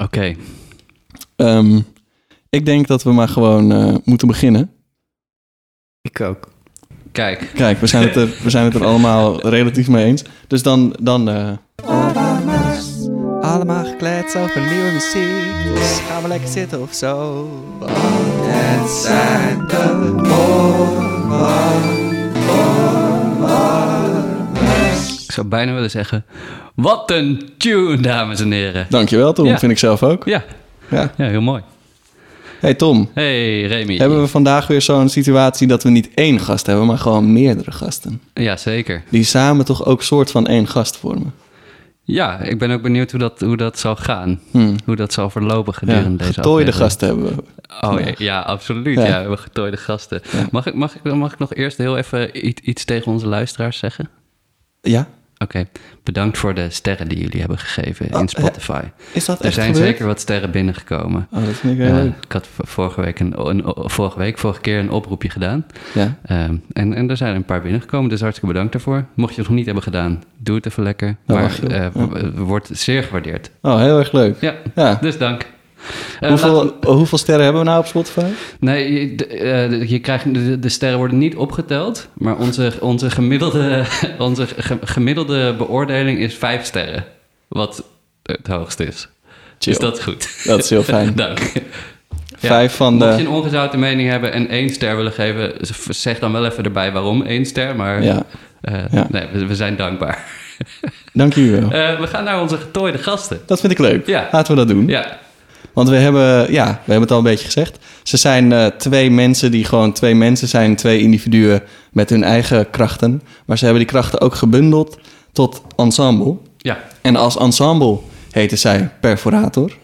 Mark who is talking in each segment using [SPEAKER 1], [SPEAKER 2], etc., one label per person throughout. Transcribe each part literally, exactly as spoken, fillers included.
[SPEAKER 1] Oké. Okay.
[SPEAKER 2] Um, ik denk dat we maar gewoon uh, moeten beginnen.
[SPEAKER 3] Ik ook.
[SPEAKER 1] Kijk.
[SPEAKER 2] Kijk, we zijn het er, we zijn het er allemaal relatief mee eens. Dus dan... dan uh...
[SPEAKER 3] Allemaal gekletst over nieuwe muziek. Dus gaan we lekker zitten of zo. Het zijn de
[SPEAKER 1] Ik zou bijna willen zeggen... Wat een tune, dames en heren.
[SPEAKER 2] Dankjewel, Tom. Ja. Vind ik zelf ook.
[SPEAKER 1] Ja. Ja. Ja, heel mooi.
[SPEAKER 2] Hey Tom.
[SPEAKER 1] Hey Remy.
[SPEAKER 2] Hebben we vandaag weer zo'n situatie dat we niet één gast hebben, maar gewoon meerdere gasten?
[SPEAKER 1] Ja, zeker.
[SPEAKER 2] Die samen toch ook soort van één gast vormen?
[SPEAKER 1] Ja, ik ben ook benieuwd hoe dat, hoe dat zal gaan.
[SPEAKER 2] Hmm.
[SPEAKER 1] Hoe dat zal verlopen gedurende
[SPEAKER 2] ja,
[SPEAKER 1] deze
[SPEAKER 2] getooide
[SPEAKER 1] aflevering.
[SPEAKER 2] gasten hebben we.
[SPEAKER 1] Oh ja, ja absoluut. Ja. ja, we hebben getooide gasten. Ja. Mag, ik, mag, ik, mag ik nog eerst heel even iets, iets tegen onze luisteraars zeggen?
[SPEAKER 2] Ja.
[SPEAKER 1] Oké, okay. Bedankt voor de sterren die jullie hebben gegeven in Spotify.
[SPEAKER 2] Is dat echt
[SPEAKER 1] Er zijn
[SPEAKER 2] gebeurd?
[SPEAKER 1] zeker wat sterren binnengekomen.
[SPEAKER 2] Oh, dat vind ik heel
[SPEAKER 1] uh,
[SPEAKER 2] leuk.
[SPEAKER 1] Ik had vorige week, een, een, vorige week, vorige keer een oproepje gedaan.
[SPEAKER 2] Ja.
[SPEAKER 1] Um, en, en er zijn een paar binnengekomen, dus hartstikke bedankt daarvoor. Mocht je het nog niet hebben gedaan, doe het even lekker.
[SPEAKER 2] Oh,
[SPEAKER 1] maar uh,
[SPEAKER 2] ja.
[SPEAKER 1] wordt zeer gewaardeerd.
[SPEAKER 2] Oh, heel erg leuk.
[SPEAKER 1] Ja,
[SPEAKER 2] ja.
[SPEAKER 1] dus dank.
[SPEAKER 2] Uh, hoeveel, we... hoeveel sterren hebben we nou op Spotify?
[SPEAKER 1] Nee, de, uh, je krijgt, de, de sterren worden niet opgeteld. Maar onze, onze, gemiddelde, onze gemiddelde beoordeling is vijf sterren. Wat het hoogste is.
[SPEAKER 2] Chill.
[SPEAKER 1] Dus dat is goed.
[SPEAKER 2] Dat is heel fijn.
[SPEAKER 1] Dank.
[SPEAKER 2] Vijf
[SPEAKER 1] ja,
[SPEAKER 2] van de...
[SPEAKER 1] Mocht je een ongezouten mening hebben en één ster willen geven... zeg dan wel even erbij waarom één ster. Maar
[SPEAKER 2] ja.
[SPEAKER 1] Uh,
[SPEAKER 2] ja.
[SPEAKER 1] nee, we, we zijn dankbaar.
[SPEAKER 2] Dank jullie wel.
[SPEAKER 1] Uh, we gaan naar onze getooide gasten.
[SPEAKER 2] Dat vind ik leuk.
[SPEAKER 1] Ja.
[SPEAKER 2] Laten we dat doen.
[SPEAKER 1] Ja.
[SPEAKER 2] Want we hebben, ja, we hebben het al een beetje gezegd. Ze zijn uh, twee mensen die gewoon twee mensen zijn. Twee individuen met hun eigen krachten. Maar ze hebben die krachten ook gebundeld tot ensemble.
[SPEAKER 1] Ja.
[SPEAKER 2] En als ensemble heten zij Perforator.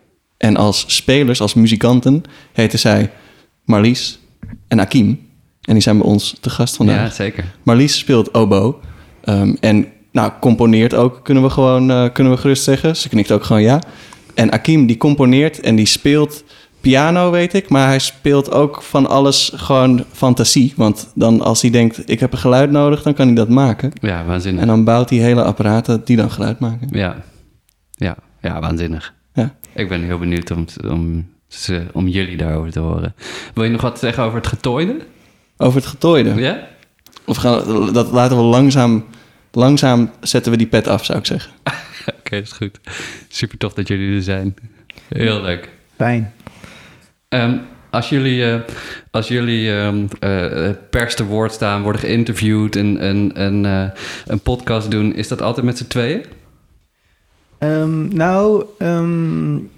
[SPEAKER 2] En als spelers, als muzikanten, heten zij Marlies en Akim. En die zijn bij ons te gast vandaag.
[SPEAKER 1] Ja, zeker.
[SPEAKER 2] Marlies speelt oboe. Um, en nou, componeert ook, kunnen we gewoon uh, kunnen we gerust zeggen. Ze knikt ook gewoon ja. En Akim die componeert en die speelt piano, weet ik. Maar hij speelt ook van alles gewoon fantasie. Want dan als hij denkt, ik heb een geluid nodig, dan kan hij dat maken.
[SPEAKER 1] Ja, waanzinnig.
[SPEAKER 2] En dan bouwt hij hele apparaten die dan geluid maken.
[SPEAKER 1] Ja, ja, ja waanzinnig.
[SPEAKER 2] Ja.
[SPEAKER 1] Ik ben heel benieuwd om, om, om jullie daarover te horen. Wil je nog wat zeggen over het getooide?
[SPEAKER 2] Over het getooide?
[SPEAKER 1] Ja?
[SPEAKER 2] Of gaan, dat laten we langzaam... Langzaam zetten we die pet af, zou ik zeggen.
[SPEAKER 1] Oké, okay, dat is goed. Super tof dat jullie er zijn. Heel leuk.
[SPEAKER 3] Fijn.
[SPEAKER 1] Um, als jullie, uh, als jullie um, uh, pers te woord staan, worden geïnterviewd en, en, en uh, een podcast doen, is dat altijd met z'n tweeën?
[SPEAKER 3] Um, nou, um,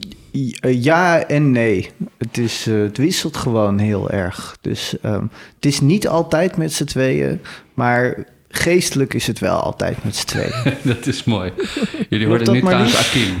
[SPEAKER 3] ja en nee. Het, is, uh, het wisselt gewoon heel erg. Dus um, het is niet altijd met z'n tweeën, maar... Geestelijk is het wel altijd met z'n tweeën.
[SPEAKER 1] Dat is mooi. Jullie worden nu trouwens Akim.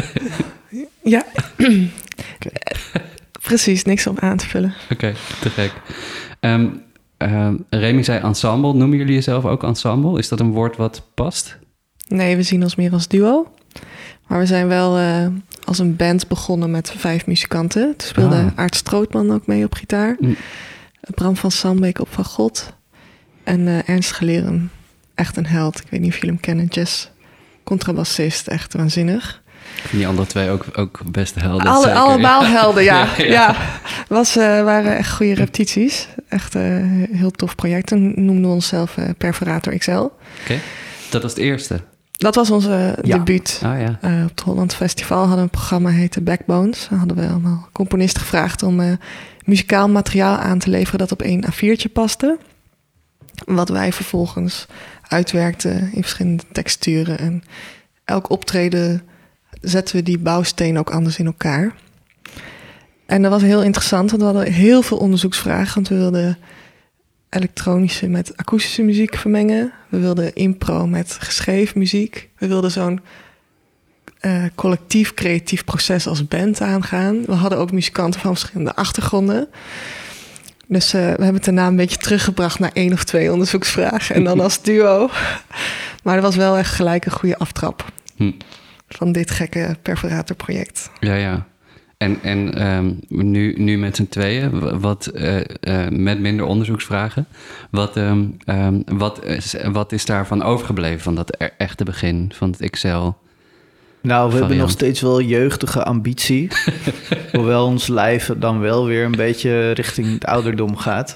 [SPEAKER 4] Ja. Okay. Precies, niks om aan te vullen.
[SPEAKER 1] Oké, okay, te gek. Um, um, Remy zei ensemble. Noemen jullie jezelf ook ensemble? Is dat een woord wat past?
[SPEAKER 4] Nee, we zien ons meer als duo. Maar we zijn wel uh, als een band begonnen met vijf muzikanten. Toen speelde ah. Aart Strootman ook mee op gitaar. Mm. Bram van Sambeek op fagot. En uh, Ernst Gelerum, echt een held. Ik weet niet of jullie hem kennen, jazz, contrabassist, echt waanzinnig.
[SPEAKER 1] En die andere twee ook, ook best helden.
[SPEAKER 4] Alle,
[SPEAKER 1] zeker.
[SPEAKER 4] Allemaal helden, ja.
[SPEAKER 1] ja, ja.
[SPEAKER 4] ja. Was, uh, waren echt goede repetities. Echt een uh, heel tof project. Toen noemden we onszelf uh, Perforator X L. Oké,
[SPEAKER 1] okay. Dat was het eerste?
[SPEAKER 4] Dat was onze ja. debuut.
[SPEAKER 1] Oh, ja.
[SPEAKER 4] uh, op het Holland Festival hadden we een programma heette Backbones. Daar hadden we allemaal componisten gevraagd om uh, muzikaal materiaal aan te leveren dat op één A viertje paste. Wat wij vervolgens uitwerkten in verschillende texturen. En elk optreden zetten we die bouwsteen ook anders in elkaar. En dat was heel interessant, want we hadden heel veel onderzoeksvragen. Want we wilden elektronische met akoestische muziek vermengen. We wilden impro met geschreven muziek. We wilden zo'n uh, collectief creatief proces als band aangaan. We hadden ook muzikanten van verschillende achtergronden. Dus uh, we hebben het daarna een beetje teruggebracht naar één of twee onderzoeksvragen. En dan als duo. Maar dat was wel echt gelijk een goede aftrap. Hm. Van dit gekke perforatorproject.
[SPEAKER 1] Ja, ja. En, en um, nu, nu met z'n tweeën, wat, uh, uh, met minder onderzoeksvragen. Wat, um, um, wat, is, wat is daarvan overgebleven van dat echte begin, van het X L?
[SPEAKER 3] Nou, we hebben
[SPEAKER 1] variant.
[SPEAKER 3] nog steeds wel jeugdige ambitie. Hoewel ons lijf dan wel weer een beetje richting het ouderdom gaat.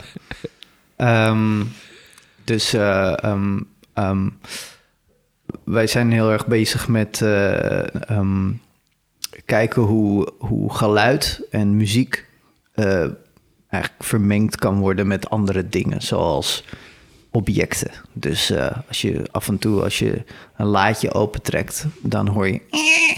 [SPEAKER 3] Um, dus uh, um, um, wij zijn heel erg bezig met uh, um, kijken hoe, hoe geluid en muziek uh, eigenlijk vermengd kan worden met andere dingen, zoals objecten. Dus uh, als je af en toe als je een laadje opentrekt, dan hoor je...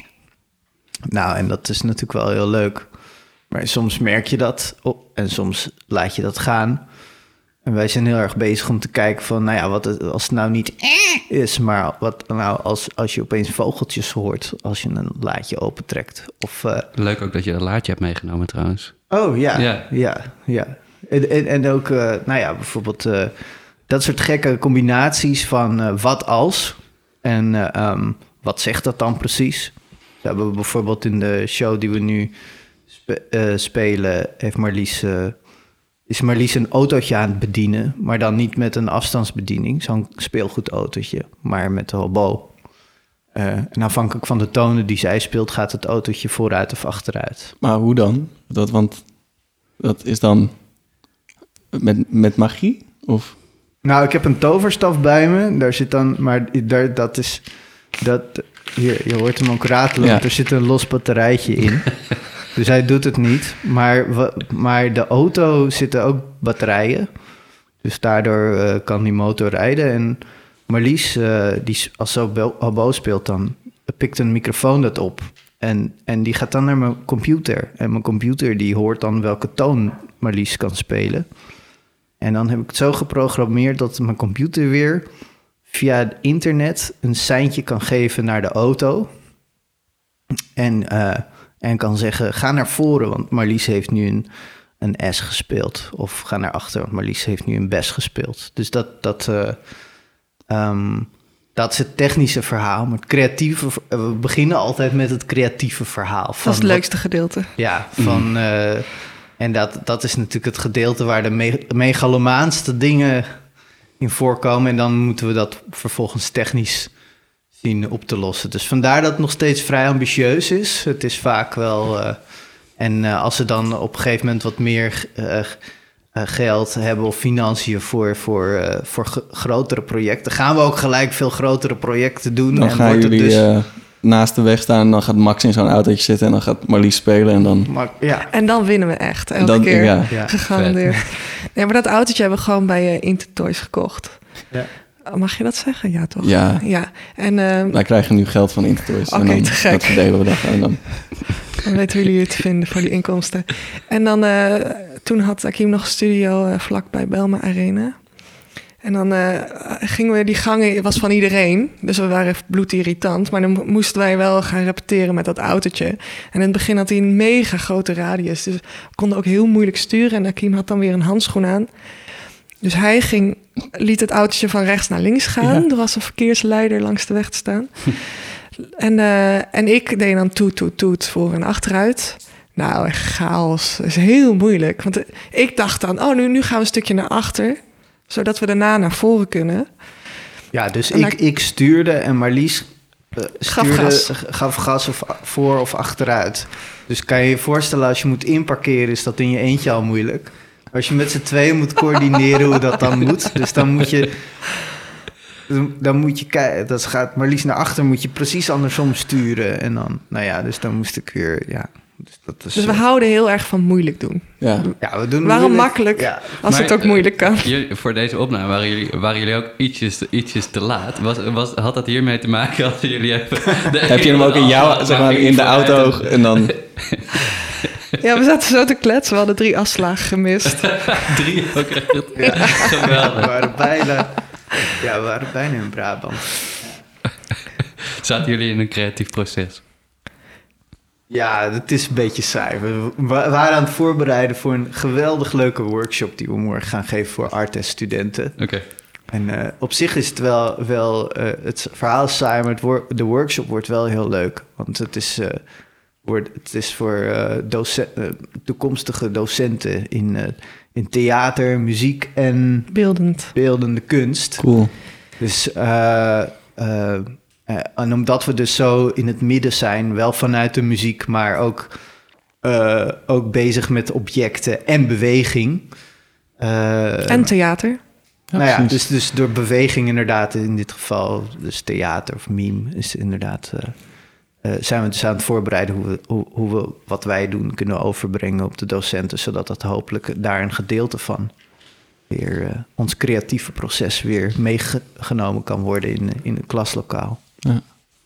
[SPEAKER 3] Nou, en dat is natuurlijk wel heel leuk. Maar soms merk je dat op en soms laat je dat gaan. En wij zijn heel erg bezig om te kijken van... nou ja, wat het, als het nou niet is, maar wat nou als, als je opeens vogeltjes hoort... als je een laadje opentrekt. Of, uh...
[SPEAKER 1] Leuk ook dat je een laadje hebt meegenomen trouwens.
[SPEAKER 3] Oh ja,
[SPEAKER 1] Ja.
[SPEAKER 3] ja, ja. En, en, en ook, uh, nou ja, bijvoorbeeld... Uh, dat soort gekke combinaties van uh, wat als... en uh, um, wat zegt dat dan precies? We hebben bijvoorbeeld in de show die we nu spe- uh, spelen... heeft Marlies... Uh, is Marlies een autootje aan het bedienen... maar dan niet met een afstandsbediening, zo'n speelgoedautootje... maar met de hobo. Uh, en afhankelijk van de tonen die zij speelt... gaat het autootje vooruit of achteruit.
[SPEAKER 2] Maar hoe dan? Dat, want dat is dan met, met magie? Of...
[SPEAKER 3] Nou, ik heb een toverstaf bij me. Daar zit dan... maar daar, dat is... dat hier, je hoort hem ook ratelen...
[SPEAKER 2] Ja.
[SPEAKER 3] want er zit een los batterijtje in... Dus hij doet het niet. Maar, maar de auto zitten ook batterijen. Dus daardoor uh, kan die motor rijden. En Marlies, uh, die als ze hobo speelt, dan pikt een microfoon dat op. En, en die gaat dan naar mijn computer. En mijn computer die hoort dan welke toon Marlies kan spelen. En dan heb ik het zo geprogrammeerd dat mijn computer weer via het internet een seintje kan geven naar de auto. En... Uh, En kan zeggen, ga naar voren, want Marlies heeft nu een, een S gespeeld. Of ga naar achter, want Marlies heeft nu een Bes gespeeld. Dus dat, dat, uh, um, dat is het technische verhaal. Maar het creatieve, we beginnen altijd met het creatieve verhaal.
[SPEAKER 4] Dat is het leukste wat, gedeelte.
[SPEAKER 3] Ja, van, uh, en dat, dat is natuurlijk het gedeelte waar de me- megalomaanste dingen in voorkomen. En dan moeten we dat vervolgens technisch... zien op te lossen. Dus vandaar dat het nog steeds vrij ambitieus is. Het is vaak wel... Uh, en uh, als ze dan op een gegeven moment wat meer uh, uh, geld hebben... of financiën voor, voor, uh, voor g- grotere projecten... gaan we ook gelijk veel grotere projecten doen.
[SPEAKER 2] Dan
[SPEAKER 3] en
[SPEAKER 2] gaan
[SPEAKER 3] wordt het
[SPEAKER 2] jullie
[SPEAKER 3] dus...
[SPEAKER 2] uh, naast de weg staan... en dan gaat Max in zo'n autootje zitten... en dan gaat Marlies spelen en dan...
[SPEAKER 3] Maar, ja.
[SPEAKER 4] En dan winnen we echt, elke
[SPEAKER 2] dan,
[SPEAKER 4] keer.
[SPEAKER 2] Ja.
[SPEAKER 3] Ja.
[SPEAKER 4] Gegarandeerd. Nee, maar dat autootje hebben we gewoon bij uh, Intertoys gekocht.
[SPEAKER 3] Ja.
[SPEAKER 4] Mag je dat zeggen? Ja, toch?
[SPEAKER 2] Ja.
[SPEAKER 4] ja. En, uh,
[SPEAKER 2] Wij krijgen nu geld van Intertoys.
[SPEAKER 4] Oké,
[SPEAKER 2] en dan,
[SPEAKER 4] te gek.
[SPEAKER 2] dat verdelen we dat. En dan...
[SPEAKER 4] dan weten jullie het te vinden voor die inkomsten. En dan, uh, toen had Akim nog een studio uh, vlak bij Belma Arena. En dan uh, gingen we die gangen, het was van iedereen. Dus we waren bloedirritant. Maar dan moesten wij wel gaan repeteren met dat autootje. En in het begin had hij een mega grote radius. Dus we konden ook heel moeilijk sturen. En Akim had dan weer een handschoen aan. Dus hij ging, liet het autootje van rechts naar links gaan. Ja. Er was een verkeersleider langs de weg te staan. en, uh, en ik deed dan toet, toet, toet voor en achteruit. Nou, echt chaos. Dat is heel moeilijk. Want uh, ik dacht dan, oh, nu, nu gaan we een stukje naar achter. Zodat we daarna naar voren kunnen.
[SPEAKER 3] Ja, dus
[SPEAKER 4] en
[SPEAKER 3] ik, ik, ik stuurde en Marlies uh, stuurde,
[SPEAKER 4] gaf gas,
[SPEAKER 3] gaf gas of voor of achteruit. Dus kan je je voorstellen, als je moet inparkeren... is dat in je eentje al moeilijk... Als je met z'n tweeën moet coördineren hoe dat dan moet. Dus dan moet je... Dan moet je kijken... Dat gaat Marlies naar achter, moet je precies andersom sturen. En dan... Nou ja, dus dan moest ik weer... Ja, dus dat is,
[SPEAKER 4] dus we uh, houden heel erg van moeilijk doen.
[SPEAKER 2] Ja.
[SPEAKER 3] Ja, we doen
[SPEAKER 4] Waarom
[SPEAKER 3] moeilijk,
[SPEAKER 4] makkelijk,
[SPEAKER 3] ja.
[SPEAKER 4] als
[SPEAKER 1] maar,
[SPEAKER 4] het ook moeilijk kan?
[SPEAKER 1] Uh, jullie, voor deze opname waren jullie, waren jullie ook ietsjes, ietsjes te laat. Was, was, had dat hiermee te maken als jullie even...
[SPEAKER 2] Heb je hem ook in jou, zeg maar, in de auto en dan...
[SPEAKER 4] Ja, we zaten zo te kletsen. We hadden drie afslagen gemist.
[SPEAKER 1] drie ook echt.
[SPEAKER 3] Ja, geweldig. We waren bijna, ja, we waren bijna in Brabant. Ja.
[SPEAKER 1] Zaten jullie in een creatief proces?
[SPEAKER 3] Ja, het is een beetje saai. We waren aan het voorbereiden voor een geweldig leuke workshop... die we morgen gaan geven voor Artes-studenten.
[SPEAKER 1] Oké. Okay.
[SPEAKER 3] En uh, op zich is het wel... wel uh, het verhaal is saai, maar het wor- de workshop wordt wel heel leuk. Want het is... Uh, Het is voor uh, docent, uh, toekomstige docenten in, uh, in theater, muziek en...
[SPEAKER 4] Beeldend.
[SPEAKER 3] Beeldende kunst.
[SPEAKER 2] Cool.
[SPEAKER 3] Dus... Uh, uh, Uh, en omdat we dus zo in het midden zijn, wel vanuit de muziek, maar ook, uh, ook bezig met objecten en beweging. Uh,
[SPEAKER 4] en theater.
[SPEAKER 3] Ja, nou ja, dus, dus door beweging inderdaad, in dit geval, dus theater of meme, is inderdaad, uh, uh, zijn we dus aan het voorbereiden hoe we, hoe, hoe we wat wij doen kunnen overbrengen op de docenten, zodat dat hopelijk daar een gedeelte van weer uh, ons creatieve proces weer meegenomen kan worden in, in het klaslokaal.
[SPEAKER 1] Ja.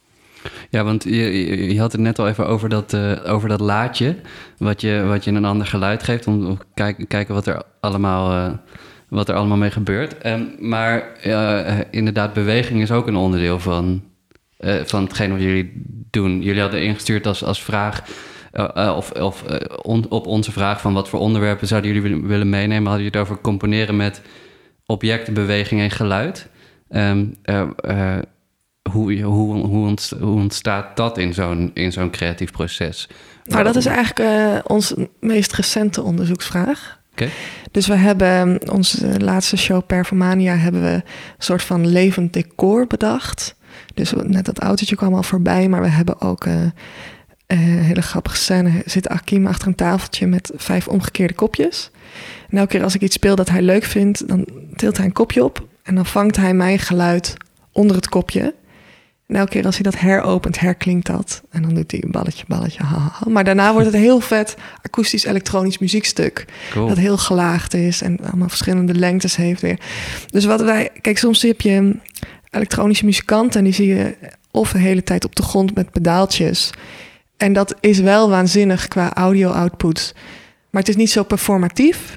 [SPEAKER 1] Ja, want je, je had het net al even over dat, uh, over dat laadje, wat je, wat je een ander geluid geeft, om te kijken, kijken wat er allemaal, uh, wat er allemaal mee gebeurt. Um, maar uh, inderdaad, beweging is ook een onderdeel van, uh, van hetgeen wat jullie doen. Jullie hadden ingestuurd als, als vraag, uh, uh, of, of uh, on, op onze vraag van wat voor onderwerpen zouden jullie willen meenemen, hadden jullie het over componeren met objecten, beweging en geluid. Um, uh, uh, Hoe, hoe, hoe ontstaat dat in zo'n, in zo'n creatief proces?
[SPEAKER 4] Nou, dat is eigenlijk uh, onze meest recente onderzoeksvraag.
[SPEAKER 1] Okay.
[SPEAKER 4] Dus we hebben onze laatste show Performania hebben we een soort van levend decor bedacht. Dus net dat autootje kwam al voorbij, maar we hebben ook uh, een hele grappige scène. Zit Akim achter een tafeltje met vijf omgekeerde kopjes. En elke keer als ik iets speel dat hij leuk vindt, dan tilt hij een kopje op en dan vangt hij mijn geluid onder het kopje. En elke keer als hij dat heropent, herklinkt dat. En dan doet hij balletje, balletje, haha. Maar daarna wordt het een heel vet akoestisch-elektronisch muziekstuk. Cool. Dat heel gelaagd is en allemaal verschillende lengtes heeft weer. Dus wat wij... Kijk, soms heb je elektronische muzikanten en die zie je of de hele tijd op de grond met pedaaltjes. En dat is wel waanzinnig qua audio-output. Maar het is niet zo performatief.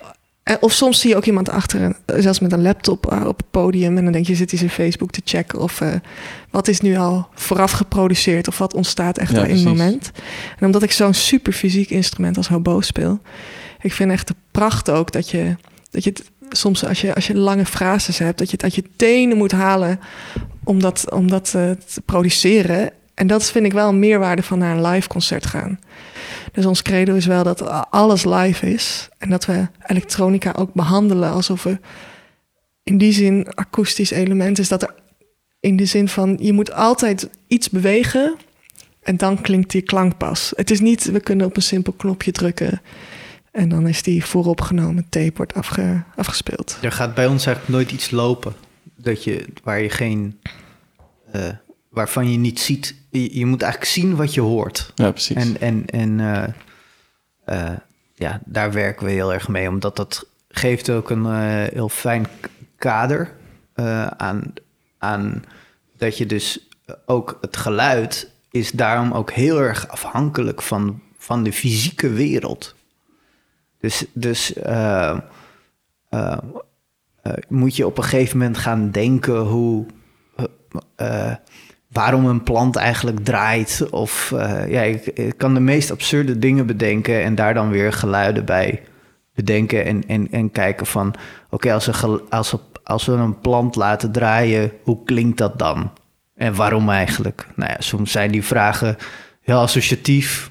[SPEAKER 4] Of soms zie je ook iemand achter, een, zelfs met een laptop op het podium. En dan denk je, zit hij zijn Facebook te checken. Of uh, wat is nu al vooraf geproduceerd. Of wat ontstaat echt ja, al in het moment. En omdat ik zo'n super fysiek instrument als hobo speel. Ik vind echt de pracht ook dat je, dat je het, soms als je, als je lange frases hebt. Dat je het uit je tenen moet halen om dat, om dat uh, te produceren. En dat vind ik wel een meerwaarde van naar een live concert gaan. Dus ons credo is wel dat alles live is. En dat we elektronica ook behandelen alsof we in die zin akoestisch element is. Dat er in de zin van je moet altijd iets bewegen en dan klinkt die klank pas. Het is niet, we kunnen op een simpel knopje drukken en dan is die vooropgenomen tape wordt afge, afgespeeld.
[SPEAKER 3] Er gaat bij ons eigenlijk nooit iets lopen dat je, waar je geen... Uh... waarvan je niet ziet... Je, je moet eigenlijk zien wat je hoort.
[SPEAKER 2] Ja, precies.
[SPEAKER 3] En, en, en uh, uh, ja, daar werken we heel erg mee. Omdat dat geeft ook een uh, heel fijn kader uh, aan, aan... dat je dus ook het geluid is daarom ook heel erg afhankelijk van, van de fysieke wereld. Dus, dus uh, uh, uh, moet je op een gegeven moment gaan denken hoe... Uh, uh, waarom een plant eigenlijk draait. Of uh, ja, ik, ik kan de meest absurde dingen bedenken en daar dan weer geluiden bij bedenken en, en, en kijken van... oké, okay, als, we, als, we, als we een plant laten draaien, hoe klinkt dat dan? En waarom eigenlijk? Nou ja, soms zijn die vragen heel associatief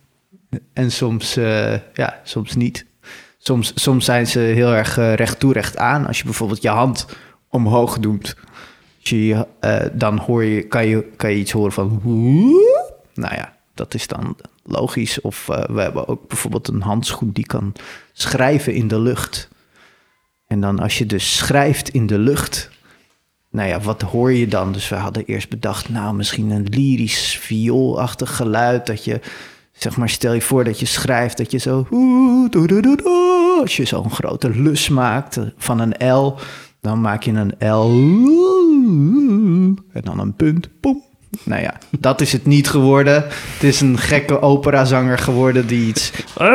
[SPEAKER 3] en soms, uh, ja, soms niet. Soms, soms zijn ze heel erg uh, recht toe, recht aan. Als je bijvoorbeeld je hand omhoog doet... Je, uh, dan hoor je, kan, je, kan je iets horen van... Nou ja, dat is dan logisch. Of uh, we hebben ook bijvoorbeeld een handschoen die kan schrijven in de lucht. En dan als je dus schrijft in de lucht... Nou ja, wat hoor je dan? Dus we hadden eerst bedacht... nou, misschien een lyrisch vioolachtig geluid... dat je, zeg maar, stel je voor dat je schrijft... dat je zo... Als je zo'n grote lus maakt van een L... dan maak je een L... en dan een punt, boem. Nou ja, dat is het niet geworden. Het is een gekke operazanger geworden die iets...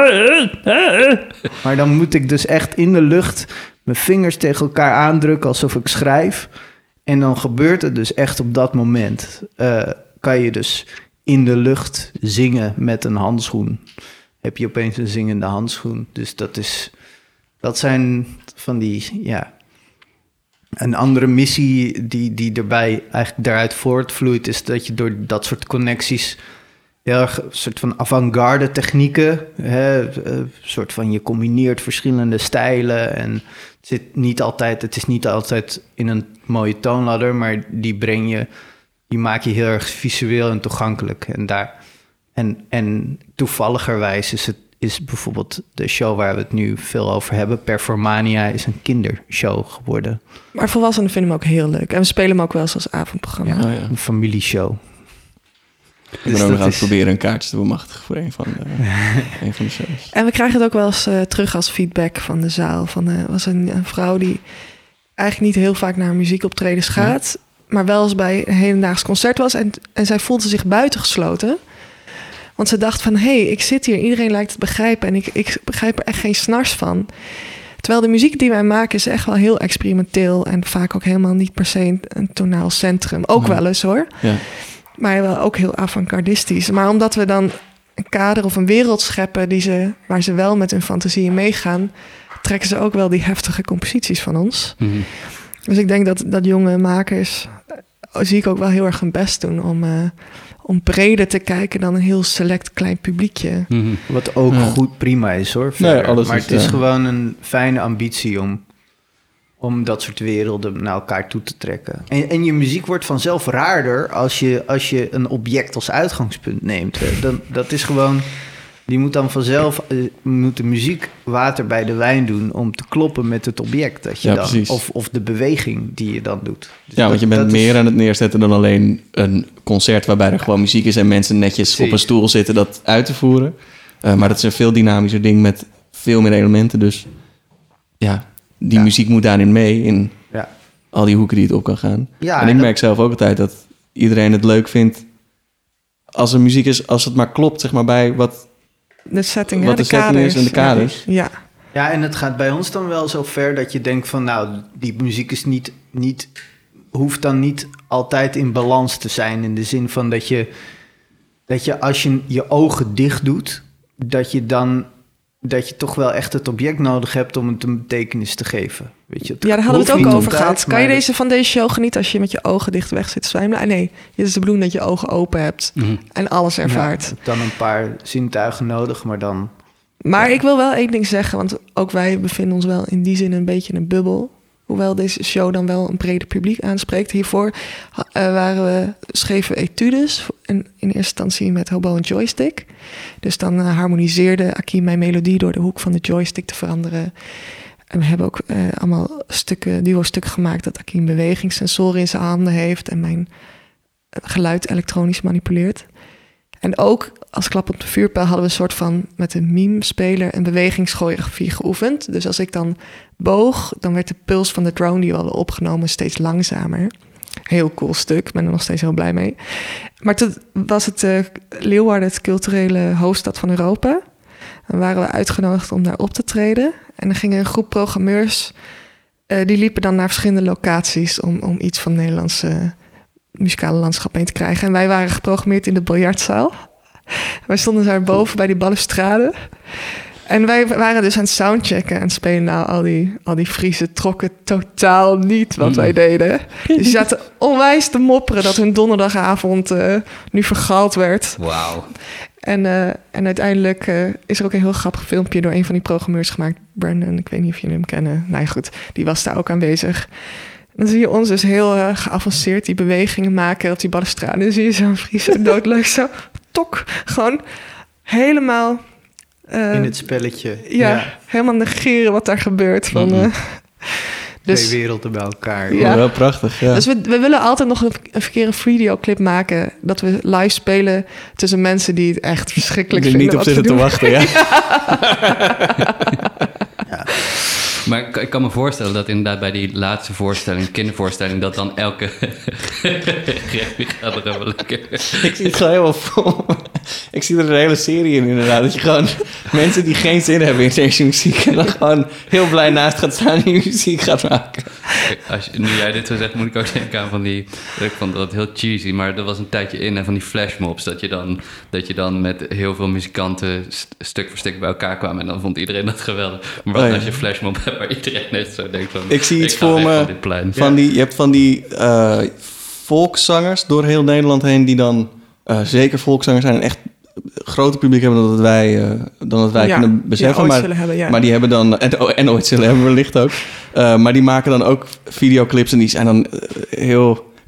[SPEAKER 3] Maar dan moet ik dus echt in de lucht... mijn vingers tegen elkaar aandrukken alsof ik schrijf. En dan gebeurt het dus echt op dat moment. Uh, kan je dus in de lucht zingen met een handschoen. Heb je opeens een zingende handschoen. Dus dat is... Dat zijn van die... ja. Een andere missie die, die erbij eigenlijk daaruit voortvloeit... is dat je door dat soort connecties... heel erg een soort van avant-garde technieken... Hè, een soort van je combineert verschillende stijlen... en het, zit niet altijd, het is niet altijd in een mooie toonladder... maar die breng je die maak je heel erg visueel en toegankelijk. En, daar, en, en toevalligerwijs is het is bijvoorbeeld de show waar we het nu veel over hebben, Performania, is een kindershow geworden.
[SPEAKER 4] Maar volwassenen vinden hem ook heel leuk. En we spelen hem ook wel eens als avondprogramma.
[SPEAKER 3] Ja,
[SPEAKER 2] Oh, ja.
[SPEAKER 3] een familieshow.
[SPEAKER 2] Ik
[SPEAKER 3] Dus
[SPEAKER 2] ben ook nog
[SPEAKER 3] dat
[SPEAKER 2] aan het
[SPEAKER 3] is-
[SPEAKER 2] proberen een kaartje te bemachtigen voor een van de, een van de shows.
[SPEAKER 4] En we krijgen het ook wel eens uh, terug als feedback van de zaal. Van uh, was een, een vrouw die eigenlijk niet heel vaak naar muziekoptredens gaat, ja. maar wel eens bij een hedendaags concert was. En, en zij voelde zich buitengesloten. Want ze dacht van, hé, hey, ik zit hier, iedereen lijkt het begrijpen en ik, ik begrijp er echt geen snars van. Terwijl de muziek die wij maken is echt wel heel experimenteel en vaak ook helemaal niet per se een, een tonaal centrum. Ook ja. wel eens hoor.
[SPEAKER 2] Ja.
[SPEAKER 4] Maar wel ook heel avant-gardistisch. Maar omdat we dan een kader of een wereld scheppen die ze, waar ze wel met hun fantasie in meegaan, trekken ze ook wel die heftige composities van ons. Mm-hmm. Dus ik denk dat, dat jonge makers, zie ik ook wel heel erg hun best doen om, uh, om breder te kijken dan een heel select klein publiekje.
[SPEAKER 3] Mm-hmm. Wat ook ja. goed prima is hoor.
[SPEAKER 2] Nee, alles
[SPEAKER 3] maar
[SPEAKER 2] is,
[SPEAKER 3] het is
[SPEAKER 2] ja.
[SPEAKER 3] gewoon een fijne ambitie om, om dat soort werelden naar elkaar toe te trekken. En, en je muziek wordt vanzelf raarder als je, als je een object als uitgangspunt neemt. Dan, dat is gewoon, die moet dan vanzelf, uh, moet de muziek water bij de wijn doen om te kloppen met het object dat je
[SPEAKER 2] ja,
[SPEAKER 3] dan, of, of de beweging die je dan doet. Dus
[SPEAKER 2] ja,
[SPEAKER 3] dat,
[SPEAKER 2] want je bent meer
[SPEAKER 3] is,
[SPEAKER 2] aan het neerzetten dan alleen een concert waarbij er gewoon muziek is en mensen netjes precies. op een stoel zitten dat uit te voeren. Uh, maar dat is een veel dynamischer ding met veel meer elementen. Dus ja, die ja. muziek moet daarin mee in ja. al die hoeken die het op kan gaan. Ja, en ik en merk dat... zelf ook altijd dat iedereen het leuk vindt als er muziek is, als het maar klopt, zeg maar, bij wat
[SPEAKER 4] de setting,
[SPEAKER 2] wat
[SPEAKER 4] de,
[SPEAKER 2] de setting
[SPEAKER 4] kaders.
[SPEAKER 2] is en de kaders.
[SPEAKER 4] Ja.
[SPEAKER 3] Ja, en het gaat bij ons dan wel zo ver dat je denkt van, nou, die muziek is niet, niet, hoeft dan niet altijd in balans te zijn. In de zin van dat je, dat je als je je ogen dicht doet, dat je dan, dat je toch wel echt het object nodig hebt om het een betekenis te geven. Weet je, het
[SPEAKER 4] ja, daar hadden we het ook over gehad. Kan je
[SPEAKER 3] dat...
[SPEAKER 4] deze van deze show genieten als je met je ogen dicht weg zit te zwijmelen? Ah, nee, het is de bedoeling dat je ogen open hebt mm-hmm. en alles ervaart.
[SPEAKER 3] Ja, je hebt dan een paar zintuigen nodig, maar dan...
[SPEAKER 4] Maar ja. ik wil wel één ding zeggen, want ook wij bevinden ons wel in die zin een beetje in een bubbel. Hoewel deze show dan wel een breder publiek aanspreekt. Hiervoor uh, waren we, schreven etudes in, in eerste instantie met hobo en joystick. Dus dan uh, harmoniseerde Akim mijn melodie door de hoek van de joystick te veranderen. En we hebben ook uh, allemaal stukken, duo-stukken gemaakt dat Akim bewegingssensoren in zijn handen heeft en mijn geluid elektronisch manipuleert. En ook als klap op de vuurpijl hadden we een soort van met een meme-speler een bewegingschoreografie geoefend. Dus als ik dan boog, dan werd de puls van de drone die we hadden opgenomen steeds langzamer. Heel cool stuk, ik ben er nog steeds heel blij mee. Maar toen was het uh, Leeuwarden, het culturele hoofdstad van Europa. Dan waren we uitgenodigd om daar op te treden. En dan ging een groep programmeurs, uh, die liepen dan naar verschillende locaties om, om iets van het Nederlandse uh, muzikale landschap mee te krijgen. En wij waren geprogrammeerd in de biljartzaal. Wij stonden daar boven bij die balustrade. En wij waren dus aan het soundchecken en spelen. Nou, al die, al die Friesen trokken totaal niet wat mm. wij deden. Dus die zaten onwijs te mopperen dat hun donderdagavond uh, nu vergaald werd.
[SPEAKER 1] Wauw.
[SPEAKER 4] En, uh, en uiteindelijk uh, is er ook een heel grappig filmpje door een van die programmeurs gemaakt. Brandon, ik weet niet of jullie hem kennen. Nou ja, goed, die was daar ook aanwezig. Dan zie je ons dus heel uh, geavanceerd die bewegingen maken op die balustrade. Dan zie je zo'n Friese doodleuk zo tok. Gewoon helemaal...
[SPEAKER 3] Uh, in het spelletje.
[SPEAKER 4] Ja, ja, helemaal negeren wat daar gebeurt. Van, uh,
[SPEAKER 3] mm-hmm.
[SPEAKER 4] dus,
[SPEAKER 3] Twee werelden bij elkaar.
[SPEAKER 2] Ja. Oh, wel prachtig, ja.
[SPEAKER 4] Dus we, we willen altijd nog een, een verkeerde videoclip maken. Dat we live spelen tussen mensen die het echt verschrikkelijk
[SPEAKER 2] ik
[SPEAKER 4] vinden.
[SPEAKER 2] Ik niet op zitten te wachten, ja.
[SPEAKER 1] ja. Maar ik kan me voorstellen dat inderdaad bij die laatste voorstelling, kindervoorstelling, dat dan elke... gaat er even lekker.
[SPEAKER 2] Ik zie het gewoon helemaal vol. Ik zie er een hele serie in inderdaad. Dat je gewoon mensen die geen zin hebben in deze muziek en dan gewoon heel blij naast gaat staan en die muziek gaat maken.
[SPEAKER 1] Als je, nu jij dit zo zegt, moet ik ook denken aan van die... Ik vond dat heel cheesy, maar er was een tijdje in en van die flashmobs. Dat je dan, dat je dan met heel veel muzikanten st- stuk voor stuk bij elkaar kwam. En dan vond iedereen dat geweldig. Maar wat oh, ja. als je flashmob hebt waar iedereen echt zo denkt van...
[SPEAKER 2] Ik zie iets
[SPEAKER 1] ik
[SPEAKER 2] voor me
[SPEAKER 1] van, plein.
[SPEAKER 2] van die... Je hebt van die uh, volkszangers door heel Nederland heen die dan uh, zeker volkszangers zijn en echt groter publiek hebben dan dat wij, uh, dan dat wij ja, kunnen beseffen.
[SPEAKER 4] Die
[SPEAKER 2] maar,
[SPEAKER 4] hebben, ja.
[SPEAKER 2] maar die hebben dan... En, en ooit zullen hebben wellicht ook. Uh, maar die maken dan ook videoclips en die zijn dan uh, heel...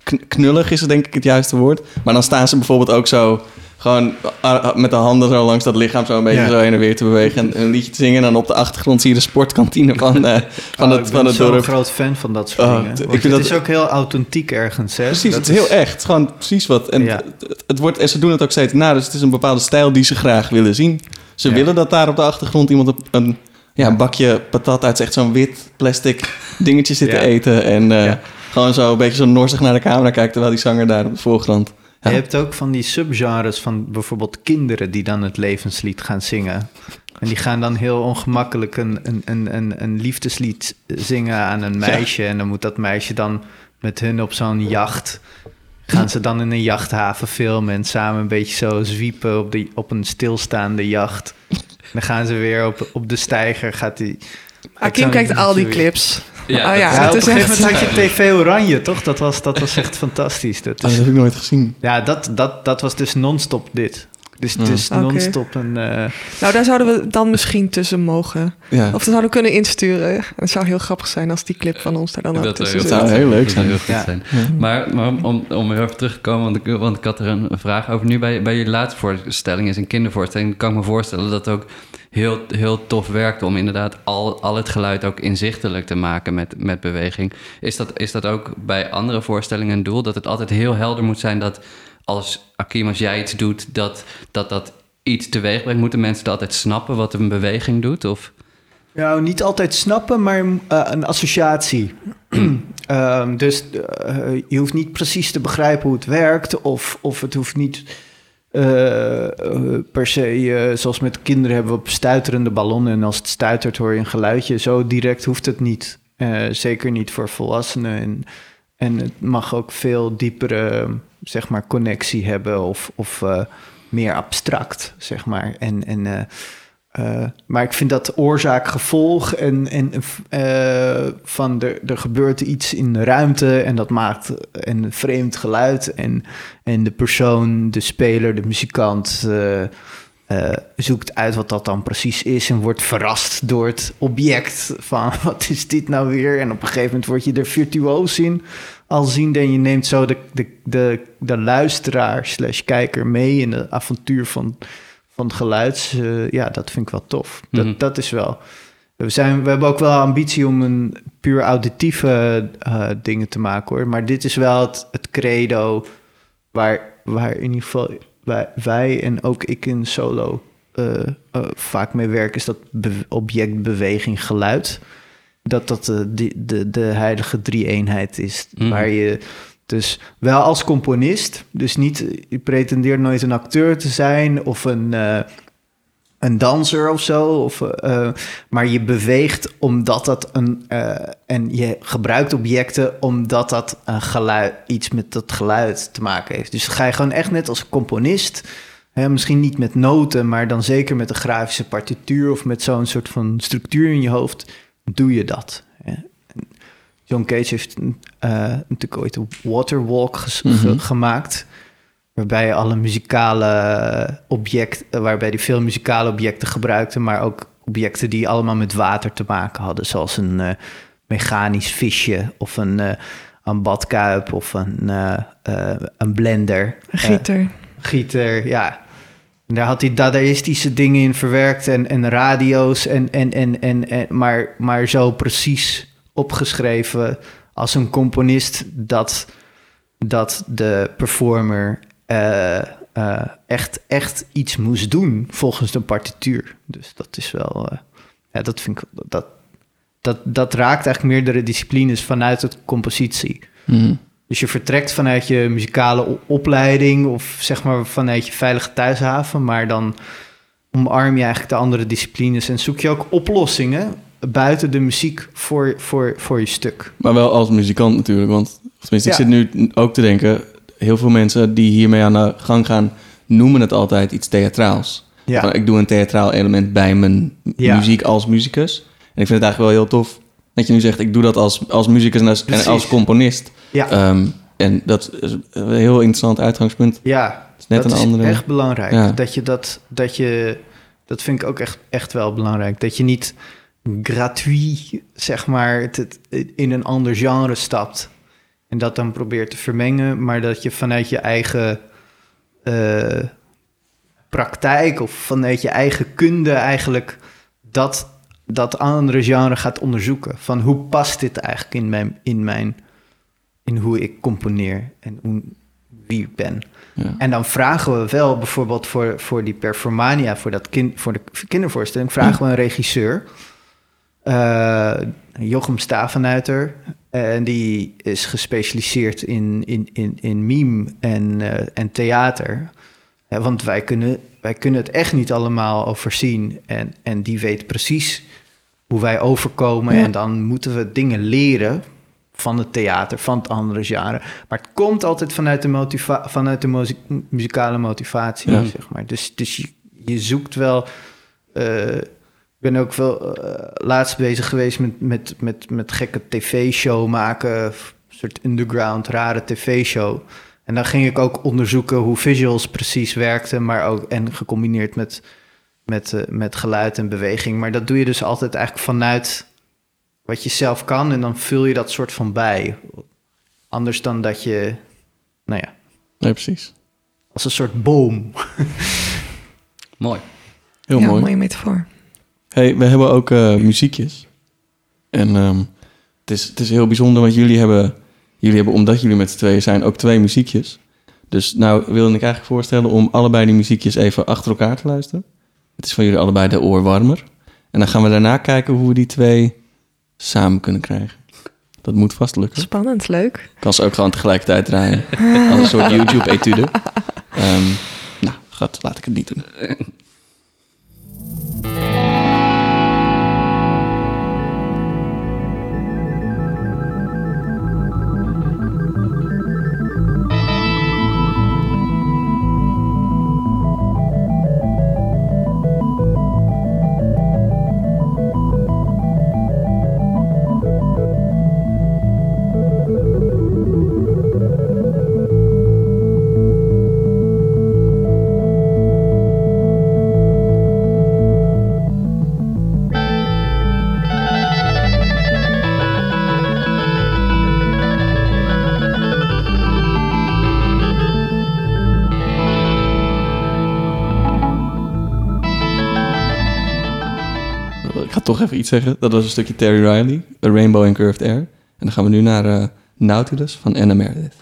[SPEAKER 2] kn- knullig is het denk ik het juiste woord. Maar dan staan ze bijvoorbeeld ook zo... gewoon uh, met de handen zo langs dat lichaam... zo een beetje
[SPEAKER 3] Ja.
[SPEAKER 2] zo heen en weer te bewegen... en een liedje te zingen. En dan op de achtergrond zie je de sportkantine van, uh, van
[SPEAKER 3] Oh,
[SPEAKER 2] het,
[SPEAKER 3] ik
[SPEAKER 2] van
[SPEAKER 3] ben
[SPEAKER 2] het
[SPEAKER 3] zo'n
[SPEAKER 2] dorp.
[SPEAKER 3] groot fan van dat soort
[SPEAKER 2] Oh,
[SPEAKER 3] dingen.
[SPEAKER 2] t- ik
[SPEAKER 3] Want
[SPEAKER 2] vind
[SPEAKER 3] het
[SPEAKER 2] dat-
[SPEAKER 3] is ook heel authentiek ergens. Hè?
[SPEAKER 2] Precies,
[SPEAKER 3] Dat
[SPEAKER 2] het is heel echt. Gewoon precies wat. En,
[SPEAKER 3] Ja.
[SPEAKER 2] het, het wordt, en ze doen het ook steeds na. Dus het is een bepaalde stijl die ze graag willen zien. Ze
[SPEAKER 3] Ja.
[SPEAKER 2] willen dat daar op de achtergrond iemand op een ja, een bakje patat uit echt zo'n wit plastic dingetje zit te
[SPEAKER 3] Ja.
[SPEAKER 2] eten. En uh,
[SPEAKER 3] Ja.
[SPEAKER 2] gewoon zo een beetje zo norsig naar de camera kijkt... terwijl die zanger daar op de voorgrond... Ja.
[SPEAKER 3] Je hebt ook van die subgenres van bijvoorbeeld kinderen... die dan het levenslied gaan zingen. En die gaan dan heel ongemakkelijk een, een, een, een, een liefdeslied zingen aan een meisje. En dan moet dat meisje dan met hun op zo'n jacht... gaan ze dan in een jachthaven filmen... en samen een beetje zo zwiepen op, de, op een stilstaande jacht. Dan gaan ze weer op, op de steiger. Gaat die,
[SPEAKER 4] Akim kijkt al die clips.
[SPEAKER 1] Ja,
[SPEAKER 4] oh ja,
[SPEAKER 3] Ja,
[SPEAKER 4] het
[SPEAKER 3] op een
[SPEAKER 4] is
[SPEAKER 3] gegeven
[SPEAKER 4] echt...
[SPEAKER 3] moment had je T V Oranje, toch? Dat was, dat was echt fantastisch. Dat
[SPEAKER 2] Oh, dat
[SPEAKER 3] is,
[SPEAKER 2] heb ik nooit gezien.
[SPEAKER 3] ja, dat, dat, dat was dus non-stop dit. Dus het is
[SPEAKER 4] Oké.
[SPEAKER 3] non-stop een... eh,
[SPEAKER 4] Nou, daar zouden we dan misschien tussen mogen.
[SPEAKER 2] Ja.
[SPEAKER 4] Of dat zouden we kunnen insturen. Het zou heel grappig zijn als die clip van ons daar dan ook
[SPEAKER 1] Dat
[SPEAKER 4] tussen
[SPEAKER 1] zou
[SPEAKER 4] zit.
[SPEAKER 2] zou heel leuk
[SPEAKER 1] Dat zou
[SPEAKER 2] zijn.
[SPEAKER 1] heel goed
[SPEAKER 3] Ja.
[SPEAKER 1] zijn. Maar, maar om, om weer even terug te komen, want ik, want ik had er een, een vraag over. Nu bij, bij je laatste voorstelling is een kindervoorstelling. Kan ik me voorstellen dat het ook heel, heel tof werkt om inderdaad al, al het geluid ook inzichtelijk te maken met, met beweging. Is dat, is dat ook bij andere voorstellingen een doel? Dat het altijd heel helder moet zijn dat als Akim, als jij iets doet, dat dat, dat iets teweeg brengt? Moeten mensen dat altijd snappen wat een beweging doet? Of...
[SPEAKER 3] Nou, niet altijd snappen, maar uh, een associatie. um, dus uh, je hoeft niet precies te begrijpen hoe het werkt... of, of het hoeft niet uh, uh, per se... Uh, zoals met kinderen hebben we stuiterende ballonnen... en als het stuitert hoor je een geluidje. Zo direct hoeft het niet. Uh, zeker niet voor volwassenen. En, en het mag ook veel diepere zeg maar, connectie hebben... of, of uh, meer abstract, zeg maar. En... en uh, Uh, maar ik vind dat oorzaak-gevolg en, en uh, van er, er gebeurt iets in de ruimte en dat maakt een vreemd geluid. En, en de persoon, de speler, de muzikant uh, uh, zoekt uit wat dat dan precies is en wordt verrast door het object van wat is dit nou weer? En op een gegeven moment word je er virtuoos in al ziende en je neemt zo de, de, de, de luisteraar slash kijker mee in het avontuur van... van het geluid, uh, ja, dat vind ik wel tof. Dat,
[SPEAKER 1] Mm-hmm.
[SPEAKER 3] dat is wel... We, zijn, we hebben ook wel ambitie om een puur auditieve uh, dingen te maken, hoor. Maar dit is wel het, het credo waar, waar in ieder geval wij, wij en ook ik in solo uh, uh, vaak mee werken, is dat be- object, beweging, geluid. Dat dat uh, de, de, de heilige drie-eenheid is,
[SPEAKER 1] Mm-hmm.
[SPEAKER 3] waar je... Dus wel als componist, dus niet, je pretendeert nooit een acteur te zijn of een, uh, een danser of zo, of, uh, maar je beweegt omdat dat een, uh, en je gebruikt objecten omdat dat een geluid, iets met dat geluid te maken heeft. Dus ga je gewoon echt net als componist, hè, misschien niet met noten, maar dan zeker met een grafische partituur of met zo'n soort van structuur in je hoofd, doe je dat. Hè. John Cage heeft uh, natuurlijk ooit een Waterwalk ges-
[SPEAKER 2] Mm-hmm.
[SPEAKER 3] ge- gemaakt. Waarbij alle muzikale objecten, waarbij hij veel muzikale objecten gebruikte, maar ook objecten die allemaal met water te maken hadden. Zoals een uh, mechanisch visje of een, uh, een badkuip of een, uh, uh, een blender.
[SPEAKER 4] Een gieter.
[SPEAKER 3] Uh, gieter, ja. En daar had hij dadaïstische dingen in verwerkt en, en radio's, en, en, en, en, en, maar, maar zo precies opgeschreven als een componist dat, dat de performer uh, uh, echt, echt iets moest doen volgens de partituur. Dus dat is wel, uh, ja, dat vind ik, dat, dat, dat raakt eigenlijk meerdere disciplines vanuit het compositie.
[SPEAKER 2] Mm-hmm.
[SPEAKER 3] Dus je vertrekt vanuit je muzikale opleiding of zeg maar vanuit je veilige thuishaven, maar dan omarm je eigenlijk de andere disciplines en zoek je ook oplossingen buiten de muziek voor, voor, voor je stuk.
[SPEAKER 2] Maar wel als muzikant natuurlijk, want tenminste, ik
[SPEAKER 3] Ja.
[SPEAKER 2] zit nu ook te denken, heel veel mensen die hiermee aan de gang gaan, noemen het altijd iets theatraals.
[SPEAKER 3] Ja.
[SPEAKER 2] Van, ik doe een theatraal element bij mijn
[SPEAKER 3] Ja.
[SPEAKER 2] muziek als muzikus. En ik vind het eigenlijk wel heel tof dat je nu zegt, ik doe dat als, als muzikus en als, en
[SPEAKER 3] Precies.
[SPEAKER 2] als componist.
[SPEAKER 3] Ja,
[SPEAKER 2] Um, en dat is een heel interessant uitgangspunt.
[SPEAKER 3] ja
[SPEAKER 2] is net
[SPEAKER 3] dat
[SPEAKER 2] een
[SPEAKER 3] is
[SPEAKER 2] andere-
[SPEAKER 3] echt belangrijk.
[SPEAKER 2] Ja.
[SPEAKER 3] Dat je dat, dat je, dat vind ik ook echt, echt wel belangrijk. Dat je niet gratuit, zeg maar, het, het in een ander genre stapt. en dat dan probeert te vermengen, maar dat je vanuit je eigen uh, praktijk of vanuit je eigen kunde eigenlijk dat, dat andere genre gaat onderzoeken. Van hoe past dit eigenlijk in mijn, in mijn, in hoe ik componeer en hoe, wie ik ben.
[SPEAKER 2] Ja. En
[SPEAKER 3] dan vragen we wel bijvoorbeeld voor, voor die Performania, voor, dat kind, voor de kindervoorstelling, vragen ja. we een regisseur, uh, Jochem Stavenuiter, en die is gespecialiseerd in, in, in, in mime en, uh, en theater. Ja, want wij kunnen, wij kunnen het echt niet allemaal overzien. En, en die weet precies hoe wij overkomen. Ja. En dan moeten we dingen leren van het theater, van het andere genre. Maar het komt altijd vanuit de, motiva- vanuit de muziek- muzikale motivatie, ja. zeg maar. Dus, dus je, je zoekt wel... Uh, ik ben ook wel uh, laatst bezig geweest met, met, met, met gekke tv-show maken. Een soort underground, rare tv-show. En dan ging ik ook onderzoeken hoe visuals precies werkten, maar ook en gecombineerd met, met, uh, met geluid en beweging. Maar dat doe je dus altijd eigenlijk vanuit wat je zelf kan en dan vul je dat soort van bij. Anders dan dat je, nou ja.
[SPEAKER 2] Nee, precies.
[SPEAKER 3] Als een soort boom.
[SPEAKER 1] Mooi.
[SPEAKER 2] Heel
[SPEAKER 4] ja,
[SPEAKER 2] mooi.
[SPEAKER 4] mooie metafoor.
[SPEAKER 2] Hey, we hebben ook uh, muziekjes. En um, het, is, het is heel bijzonder, want jullie hebben, jullie hebben, omdat jullie met z'n tweeën zijn, ook twee muziekjes. Dus nou wilde ik eigenlijk voorstellen om allebei die muziekjes even achter elkaar te luisteren. Het is van jullie allebei de oorwarmer. En dan gaan we daarna kijken hoe we die twee samen kunnen krijgen. Dat moet vast lukken.
[SPEAKER 4] Spannend, leuk.
[SPEAKER 2] Ik kan ze ook gewoon tegelijkertijd draaien. Als een soort YouTube-etude. Um, nou, gaat, laat ik het niet doen. Toch even iets zeggen. Dat was een stukje Terry Riley, A Rainbow in Curved Air. En dan gaan we nu naar uh, Nautilus van Anna Meredith.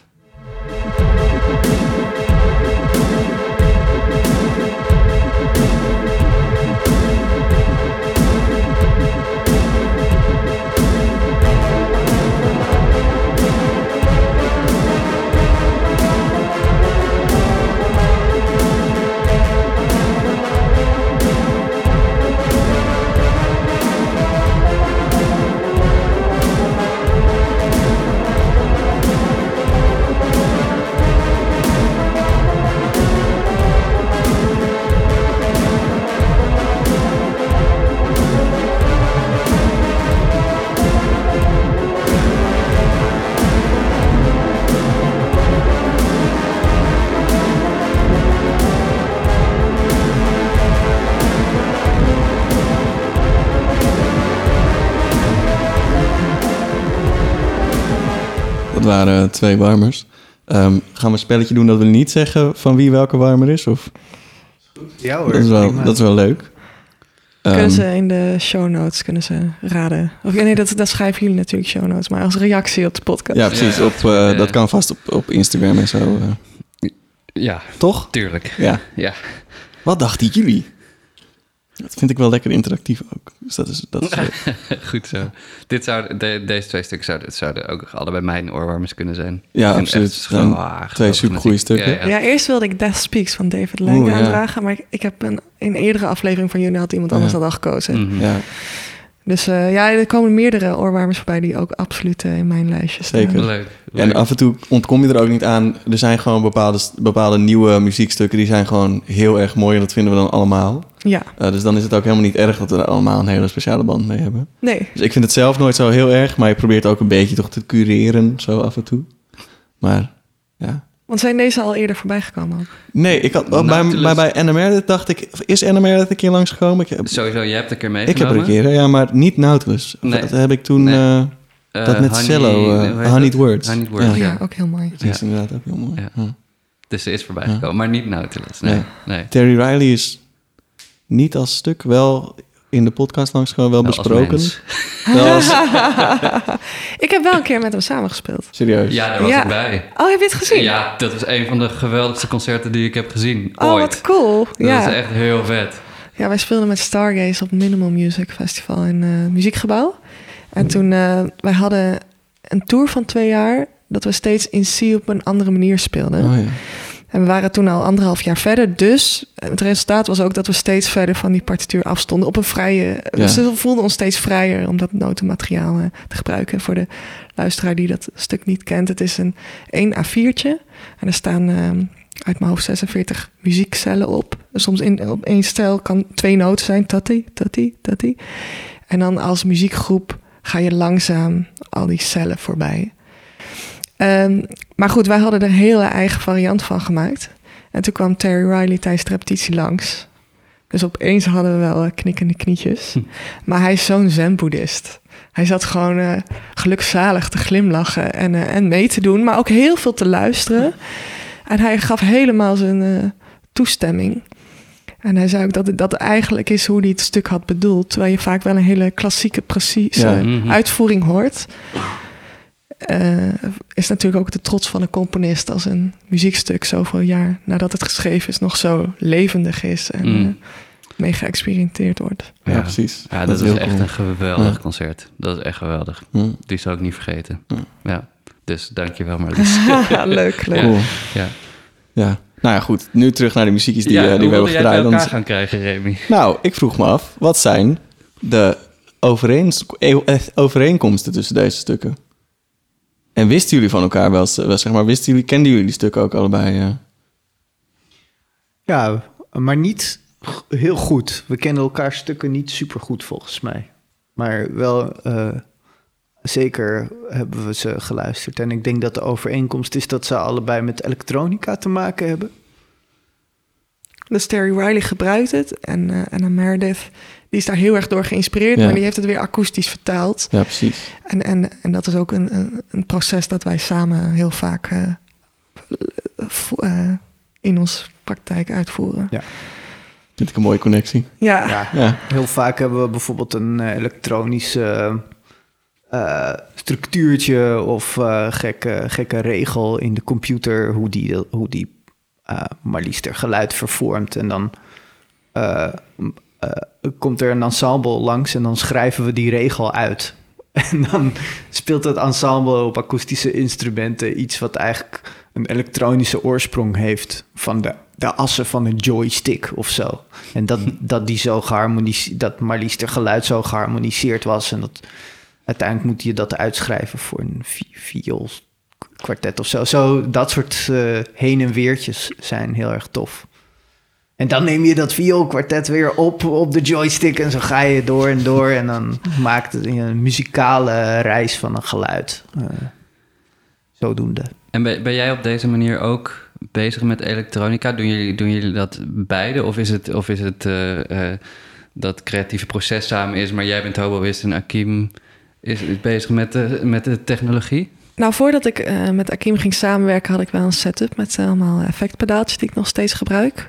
[SPEAKER 2] Dat waren twee warmers. Um, gaan we een spelletje doen dat we niet zeggen van wie welke warmer is? Of?
[SPEAKER 3] Ja hoor.
[SPEAKER 2] Dat is wel, dat is wel leuk.
[SPEAKER 4] Kunnen
[SPEAKER 2] um,
[SPEAKER 4] ze in de show notes kunnen ze raden? Of nee, dat, dat schrijven jullie natuurlijk show notes, maar als reactie op de podcast.
[SPEAKER 2] Ja, precies.
[SPEAKER 1] Ja,
[SPEAKER 2] op, uh,
[SPEAKER 1] ja.
[SPEAKER 2] Dat kan vast op, op Instagram en zo. Uh.
[SPEAKER 1] Ja,
[SPEAKER 2] toch?
[SPEAKER 1] Tuurlijk.
[SPEAKER 2] Ja.
[SPEAKER 1] Ja.
[SPEAKER 2] Wat dachten jullie? Dat vind ik wel lekker interactief ook. Dus dat is, dat is
[SPEAKER 1] goed zo. Dit zou, de, deze twee stukken zouden, zouden ook allebei mijn oorwarmers kunnen zijn.
[SPEAKER 2] Ja,
[SPEAKER 1] en
[SPEAKER 2] absoluut.
[SPEAKER 1] Echt, gewoon, ah,
[SPEAKER 2] twee supergoeie stukken.
[SPEAKER 1] Ja, ja.
[SPEAKER 4] Ja, eerst wilde ik Death Speaks van David Lang
[SPEAKER 2] Oeh, ja.
[SPEAKER 4] aandragen, maar ik, ik heb een, in een eerdere aflevering van jullie had iemand anders
[SPEAKER 2] Ja.
[SPEAKER 4] dat al gekozen.
[SPEAKER 1] Mm-hmm.
[SPEAKER 2] Ja,
[SPEAKER 4] Dus uh, ja, er komen meerdere oorwarmers voorbij die ook absoluut uh, in mijn lijstje staan.
[SPEAKER 2] Zeker.
[SPEAKER 1] Leuk. leuk.
[SPEAKER 2] En af en toe ontkom je er ook niet aan. Er zijn gewoon bepaalde, bepaalde nieuwe muziekstukken die zijn gewoon heel erg mooi. En dat vinden we dan allemaal.
[SPEAKER 4] Ja,
[SPEAKER 2] Uh, dus dan is het ook helemaal niet erg dat we er allemaal een hele speciale band mee hebben.
[SPEAKER 4] nee.
[SPEAKER 2] Dus ik vind het zelf nooit zo heel erg. Maar je probeert ook een beetje toch te cureren, zo af en toe. Maar ja.
[SPEAKER 4] Want zijn deze al eerder voorbij gekomen ook?
[SPEAKER 2] Nee, ik had, oh, bij,
[SPEAKER 1] Nautilus.
[SPEAKER 2] bij, bij Anna Meredith dacht ik... Is Anna Meredith een keer langsgekomen? Ik heb,
[SPEAKER 1] Sowieso, je hebt een keer
[SPEAKER 2] ik
[SPEAKER 1] meegenomen.
[SPEAKER 2] heb er een keer, ja, maar niet Nautilus.
[SPEAKER 1] Nee.
[SPEAKER 2] Dat heb ik toen...
[SPEAKER 1] Nee.
[SPEAKER 2] Uh,
[SPEAKER 1] Uh,
[SPEAKER 2] dat met
[SPEAKER 1] honey,
[SPEAKER 2] cello, uh, Honeyed Words.
[SPEAKER 1] Honeyed Words,
[SPEAKER 4] Oh
[SPEAKER 1] ja.
[SPEAKER 4] ja, ook heel mooi.
[SPEAKER 2] Dat is
[SPEAKER 1] Ja.
[SPEAKER 2] inderdaad ook heel mooi.
[SPEAKER 1] Ja.
[SPEAKER 2] Ja.
[SPEAKER 1] Dus ze is voorbij gekomen, maar niet Nautilus. Nee,
[SPEAKER 2] Nee.
[SPEAKER 1] nee.
[SPEAKER 2] Terry Riley is niet als stuk, wel in de podcast langs gewoon wel
[SPEAKER 1] Wel als
[SPEAKER 2] besproken.
[SPEAKER 1] mens.
[SPEAKER 2] Wel als,
[SPEAKER 4] Ik heb wel een keer met hem samengespeeld.
[SPEAKER 2] serieus.
[SPEAKER 1] Ja, daar was
[SPEAKER 4] Ja.
[SPEAKER 1] ik bij.
[SPEAKER 4] Oh, heb je het gezien?
[SPEAKER 1] Ja, dat is een van de geweldigste concerten die ik heb gezien.
[SPEAKER 4] Oh,
[SPEAKER 1] ooit.
[SPEAKER 4] wat cool.
[SPEAKER 1] Dat
[SPEAKER 4] Ja.
[SPEAKER 1] is echt heel vet.
[SPEAKER 4] Ja, wij speelden met Stargaze op het Minimal Music Festival in uh, Muziekgebouw. En toen, uh, wij hadden een tour van twee jaar... dat we steeds in C op een andere manier speelden.
[SPEAKER 2] Oh, ja.
[SPEAKER 4] En we waren toen al anderhalf jaar verder. Dus het resultaat was ook dat we steeds verder van die partituur afstonden. Op een vrije...
[SPEAKER 2] Ja.
[SPEAKER 4] Dus we voelden ons steeds vrijer om dat notenmateriaal uh, te gebruiken. Voor de luisteraar die dat stuk niet kent. Het is een één A viertje. En er staan uh, uit mijn hoofd zesenveertig muziekcellen op. Soms in, op één stel kan twee noten zijn. Tati, tati, tati. En dan als muziekgroep ga je langzaam al die cellen voorbij. Um, maar goed, wij hadden er een hele eigen variant van gemaakt. En toen kwam Terry Riley tijdens de repetitie langs. Dus opeens hadden we wel uh, knikkende knietjes. Hm. Maar hij is zo'n zen-boeddhist. Hij zat gewoon uh, gelukzalig te glimlachen en, uh, en mee te doen. Maar ook heel veel te luisteren. En hij gaf helemaal zijn uh, toestemming. En hij zei ook dat het dat eigenlijk is hoe hij het stuk had bedoeld. Terwijl je vaak wel een hele klassieke, precieze
[SPEAKER 2] Ja.
[SPEAKER 1] Mm-hmm.
[SPEAKER 4] uitvoering hoort. Uh, is natuurlijk ook de trots van een componist als een muziekstuk zoveel jaar nadat het geschreven is nog zo levendig is en
[SPEAKER 1] Mm.
[SPEAKER 4] uh, mee geëxperimenteerd wordt.
[SPEAKER 2] Ja, ja, precies.
[SPEAKER 1] Ja, dat,
[SPEAKER 2] dat
[SPEAKER 1] is
[SPEAKER 2] heel
[SPEAKER 1] echt
[SPEAKER 2] cool.
[SPEAKER 1] een geweldig
[SPEAKER 2] Ja.
[SPEAKER 1] concert. Dat is echt geweldig.
[SPEAKER 2] Ja.
[SPEAKER 1] Die zal ik niet vergeten.
[SPEAKER 2] Ja.
[SPEAKER 1] Ja. Dus dankjewel Marlies.
[SPEAKER 4] leuk, leuk.
[SPEAKER 1] Ja.
[SPEAKER 2] Cool.
[SPEAKER 1] Ja.
[SPEAKER 2] Ja. Nou ja, goed. Nu terug naar de muziekjes die,
[SPEAKER 1] Ja,
[SPEAKER 2] uh, die
[SPEAKER 1] hoe
[SPEAKER 2] we hebben
[SPEAKER 1] wilde jij bij
[SPEAKER 2] gedraaid.
[SPEAKER 1] elkaar
[SPEAKER 2] Want-
[SPEAKER 1] gaan krijgen, Remy?
[SPEAKER 2] Nou, ik vroeg me af, wat zijn de overeens- eh, overeenkomsten tussen deze stukken? En wisten jullie van elkaar wel, eens, wel, zeg maar, wisten jullie, kenden jullie die stukken ook allebei? Uh?
[SPEAKER 3] Ja, maar niet g- heel goed. We kennen elkaar stukken niet super goed volgens mij. Maar wel uh, zeker hebben we ze geluisterd. En ik denk dat de overeenkomst is dat ze allebei met elektronica te maken hebben.
[SPEAKER 4] Dus Terry Riley gebruikt het en uh, Anna Meredith die is daar heel erg door geïnspireerd,
[SPEAKER 2] Ja.
[SPEAKER 4] maar die heeft het weer akoestisch vertaald.
[SPEAKER 2] Ja, precies.
[SPEAKER 4] En, en, en dat is ook een, een, een proces dat wij samen heel vaak uh, vo- uh, in onze praktijk uitvoeren.
[SPEAKER 3] Ja.
[SPEAKER 2] Vind ik een mooie connectie.
[SPEAKER 4] Ja,
[SPEAKER 3] Ja,
[SPEAKER 2] Ja,
[SPEAKER 3] heel vaak hebben we bijvoorbeeld een uh, elektronische uh, structuurtje of uh, gekke, gekke regel in de computer, hoe die, hoe die uh, maar liefst er geluid vervormt. En dan uh, uh, komt er een ensemble langs en dan schrijven we die regel uit. En dan speelt het ensemble op akoestische instrumenten iets wat eigenlijk een elektronische oorsprong heeft van de, de assen van een joystick of zo. En dat, dat die zo geharmoniseerd, dat maar liefst er geluid zo geharmoniseerd was. En dat uiteindelijk moet je dat uitschrijven voor een vi- vioolkwartet of zo. Zo dat soort uh, heen en weertjes zijn heel erg tof. En dan neem je dat vioolkwartet weer op op de joystick en zo ga je door en door. En dan maakt het een muzikale reis van een geluid. Uh, zodoende.
[SPEAKER 1] En ben, ben jij op deze manier ook bezig met elektronica? Doen jullie, doen jullie dat beide? Of is het, of is het uh, uh, dat creatieve proces samen is, maar jij bent hoboïst en Akim is, is bezig met de, met de technologie?
[SPEAKER 4] Nou, voordat ik uh, met Akim ging samenwerken, had ik wel een setup met allemaal effectpedaaltjes die ik nog steeds gebruik.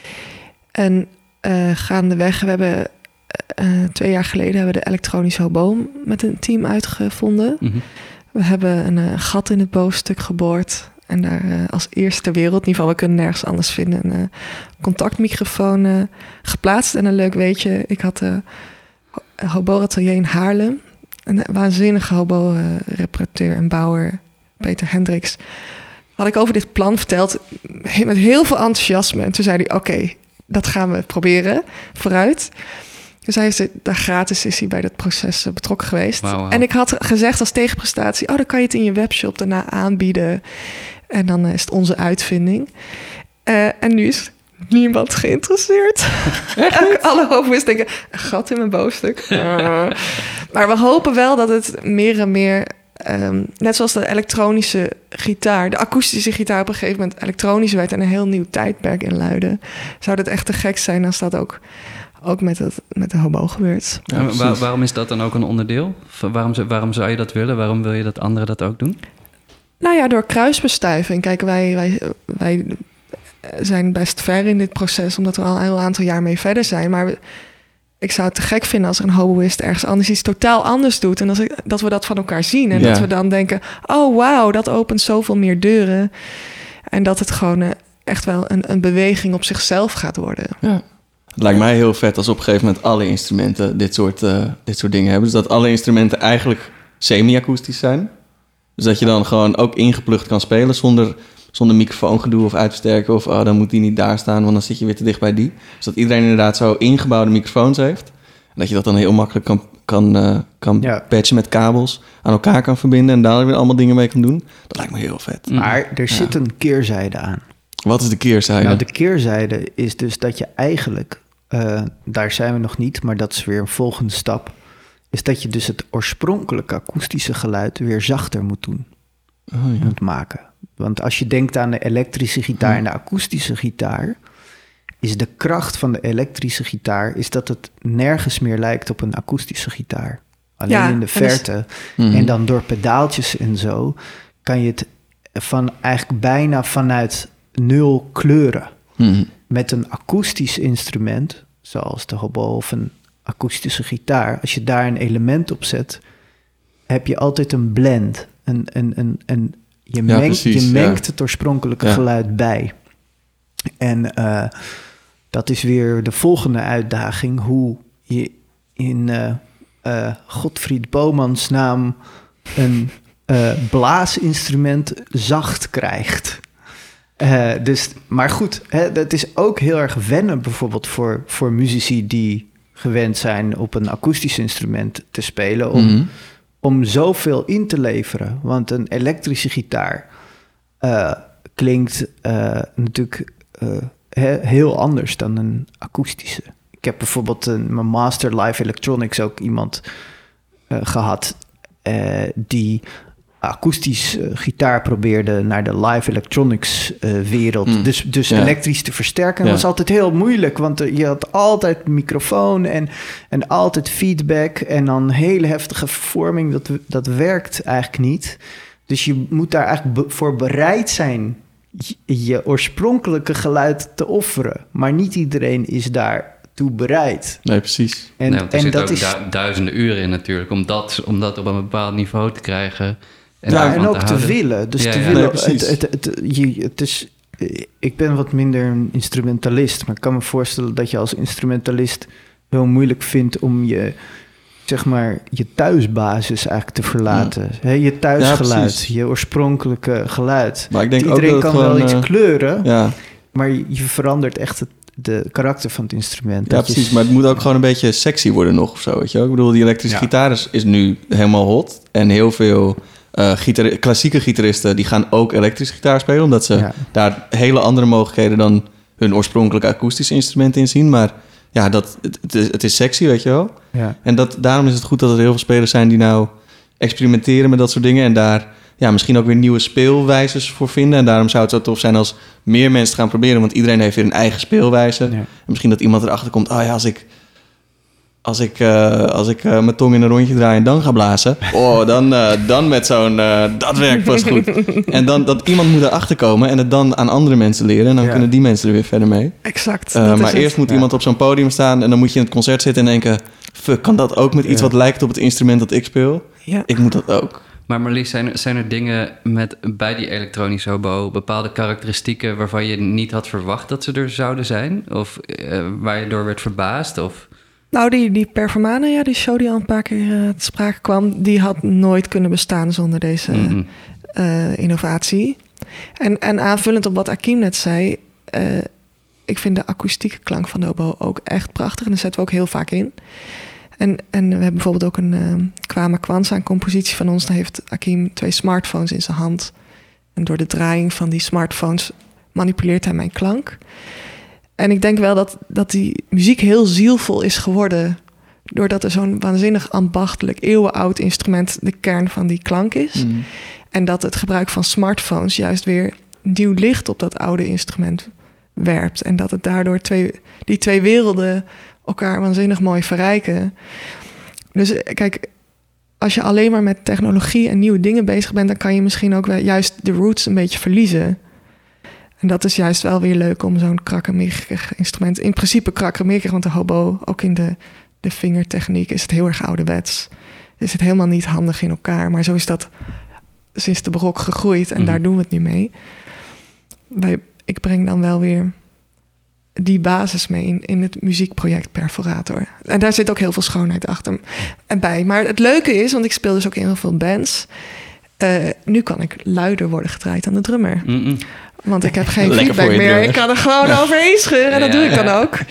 [SPEAKER 4] En uh, gaandeweg, we hebben uh, twee jaar geleden hebben we de elektronische hobo met een team uitgevonden.
[SPEAKER 1] Mm-hmm.
[SPEAKER 4] We hebben een uh, gat in het bovenstuk geboord. En daar uh, als eerste ter wereld, in ieder geval, we kunnen nergens anders vinden, een uh, contactmicrofoon uh, geplaatst. En een leuk weetje, ik had een uh, hobo-atelier in Haarlem. Een waanzinnige hobo-reparateur en bouwer, Peter Hendricks. Had ik over dit plan verteld met heel veel enthousiasme. En toen zei hij, oké, okay, dat gaan we proberen, vooruit. Dus hij is daar gratis is hij bij dat proces betrokken geweest.
[SPEAKER 1] Wow, wow.
[SPEAKER 4] En ik had gezegd als tegenprestatie, oh, dan kan je het in je webshop daarna aanbieden. En dan is het onze uitvinding. Uh, en nu is niemand geïnteresseerd. Alle hoofdwist denken, een gat in mijn bovenstuk. Uh. Maar we hopen wel dat het meer en meer, um, net zoals de elektronische gitaar, de akoestische gitaar op een gegeven moment elektronisch werd en een heel nieuw tijdperk inluidde. Zou het echt te gek zijn als dat ook ook met, het, met de hobo gebeurt.
[SPEAKER 1] Ja, en waar, waarom is dat dan ook een onderdeel? Waarom, waarom zou je dat willen? Waarom wil je dat anderen dat ook doen?
[SPEAKER 4] Nou ja, door kruisbestuiving. Kijk, wij, wij, wij zijn best ver in dit proces, omdat we al een heel aantal jaar mee verder zijn. Maar we, ik zou het te gek vinden als er een hoboïst ergens anders iets totaal anders doet. En als ik, dat we dat van elkaar zien. En ja. dat we dan denken, oh wauw, dat opent zoveel meer deuren. En dat het gewoon uh, echt wel een, een beweging op zichzelf gaat worden.
[SPEAKER 2] Ja. Het lijkt mij heel vet als op een gegeven moment alle instrumenten dit soort, uh, dit soort dingen hebben. Dus dat alle instrumenten eigenlijk semi-akoestisch zijn. Dus dat je dan gewoon ook ingeplucht kan spelen zonder, zonder microfoongedoe of uitversterken. Of oh, dan moet die niet daar staan, want dan zit je weer te dicht bij die. Dus dat iedereen inderdaad zo ingebouwde microfoons heeft. En dat je dat dan heel makkelijk kan, kan, uh, kan ja. patchen met kabels, aan elkaar kan verbinden en daar weer allemaal dingen mee kan doen. Dat lijkt me heel vet.
[SPEAKER 3] Maar er ja. zit een keerzijde aan.
[SPEAKER 2] Wat is de keerzijde?
[SPEAKER 3] Nou, de keerzijde is dus dat je eigenlijk, uh, daar zijn we nog niet, maar dat is weer een volgende stap, is dat je dus het oorspronkelijke akoestische geluid weer zachter moet doen. Oh, ja. Moet maken. Want als je denkt aan de elektrische gitaar ja. en de akoestische gitaar, is de kracht van de elektrische gitaar is dat het nergens meer lijkt op een akoestische gitaar. Alleen ja, in de verte. En, dus... mm-hmm. en dan door pedaaltjes en zo kan je het van eigenlijk bijna vanuit nul kleuren. Mm-hmm. Met een akoestisch instrument, zoals de hobo of een akoestische gitaar, als je daar een element op zet, heb je altijd een blend. Een, een, een, een, je mengt, ja, precies, je mengt ja. het oorspronkelijke ja. geluid bij. En uh, dat is weer de volgende uitdaging, hoe je in uh, uh, Godfried Bomans naam een uh, blaasinstrument zacht krijgt. Uh, dus, maar goed, hè, dat is ook heel erg wennen bijvoorbeeld voor, voor muzici die gewend zijn op een akoestisch instrument te spelen, om, mm-hmm. om zoveel in te leveren. Want een elektrische gitaar uh, klinkt uh, natuurlijk uh, he, heel anders dan een akoestische. Ik heb bijvoorbeeld in mijn Master Live Electronics ook iemand uh, gehad uh, die akoestisch uh, gitaar probeerde naar de live electronics uh, wereld. Mm. Dus, dus ja. elektrisch te versterken. Ja. was altijd heel moeilijk, want uh, je had altijd microfoon en, en altijd feedback en dan hele heftige vervorming. Dat, dat werkt eigenlijk niet. Dus je moet daar eigenlijk be- voor bereid zijn je, je oorspronkelijke geluid te offeren. Maar niet iedereen is daar toe bereid.
[SPEAKER 2] Nee, precies.
[SPEAKER 1] En, nee, er en zitten ook is... du- duizenden uren in natuurlijk, om dat, om dat op een bepaald niveau te krijgen.
[SPEAKER 3] En, ja, en ook te, te willen. Dus ja, te ja. willen. Nee, het, het, het, het, je, het is, ik ben wat minder een instrumentalist, maar ik kan me voorstellen dat je als instrumentalist heel moeilijk vindt om je, zeg maar, je thuisbasis eigenlijk te verlaten. Ja. He, je thuisgeluid, ja, je oorspronkelijke geluid.
[SPEAKER 2] Maar ik denk
[SPEAKER 3] Iedereen
[SPEAKER 2] ook dat
[SPEAKER 3] kan
[SPEAKER 2] gewoon,
[SPEAKER 3] wel iets uh, kleuren,
[SPEAKER 2] ja.
[SPEAKER 3] maar je, je verandert echt het de karakter van het instrument.
[SPEAKER 2] Ja, precies. Is... Maar het moet ook gewoon een beetje sexy worden nog of zo, weet je wel? Ik bedoel, die elektrische ja. gitaar is, is nu helemaal hot. En heel veel uh, gitar- klassieke gitaristen die gaan ook elektrische gitaar spelen, omdat ze ja. daar hele andere mogelijkheden dan hun oorspronkelijke akoestische instrumenten in zien. Maar ja, dat, het, het, is, het is sexy, weet je wel? Ja. En dat, daarom is het goed dat er heel veel spelers zijn die nou experimenteren met dat soort dingen en daar ja, misschien ook weer nieuwe speelwijzes voor vinden. En daarom zou het zo tof zijn als meer mensen het gaan proberen, want iedereen heeft weer een eigen speelwijze. Ja. En misschien dat iemand erachter komt, oh ja, als ik, als ik, uh, als ik uh, mijn tong in een rondje draai en dan ga blazen, oh, dan, uh, dan met zo'n, uh, dat werkt pas goed. En dan dat iemand moet erachter komen en het dan aan andere mensen leren. En dan ja. kunnen die mensen er weer verder mee.
[SPEAKER 4] Exact.
[SPEAKER 2] Uh, maar eerst het. moet ja. iemand op zo'n podium staan en dan moet je in het concert zitten en denken, fuck, kan dat ook met iets ja. wat lijkt op het instrument dat ik speel? Ja. Ik moet dat ook.
[SPEAKER 1] Maar Marlies, zijn er, zijn er dingen met, bij die elektronische hobo, bepaalde karakteristieken waarvan je niet had verwacht dat ze er zouden zijn? Of uh, waar je door werd verbaasd? Of...
[SPEAKER 4] Nou, die, die Performane, ja, die show die al een paar keer uh, te sprake kwam, die had nooit kunnen bestaan zonder deze mm-hmm. uh, innovatie. En, en aanvullend op wat Akim net zei, uh, ik vind de akoestieke klank van de hobo ook echt prachtig en daar zetten we ook heel vaak in. En, en we hebben bijvoorbeeld ook een uh, Kwame Kwanza, een compositie van ons. Daar heeft Akim twee smartphones in zijn hand. En door de draaiing van die smartphones manipuleert hij mijn klank. En ik denk wel dat, dat die muziek heel zielvol is geworden, doordat er zo'n waanzinnig ambachtelijk, eeuwenoud instrument de kern van die klank is. Mm. En dat het gebruik van smartphones juist weer nieuw licht op dat oude instrument werpt. En dat het daardoor twee, die twee werelden elkaar waanzinnig mooi verrijken. Dus kijk, als je alleen maar met technologie en nieuwe dingen bezig bent, dan kan je misschien ook wel juist de roots een beetje verliezen. En dat is juist wel weer leuk om zo'n krakkemikkig instrument... in principe krakkemikkig, want de hobo, ook in de, de vingertechniek... is het heel erg ouderwets. Is het helemaal niet handig in elkaar. Maar zo is dat sinds de barok gegroeid en mm. daar doen we het nu mee. Wij, ik breng dan wel weer die basis mee in, in het muziekproject Perforator. En daar zit ook heel veel schoonheid achter en bij. Maar het leuke is, want ik speel dus ook in heel veel bands... Uh, nu kan ik luider worden gedraaid dan de drummer. Mm-mm. Want ik heb geen feedback meer. Drummer. Ik kan er gewoon ja. overheen scheuren en dat ja, doe ik dan ja. ook.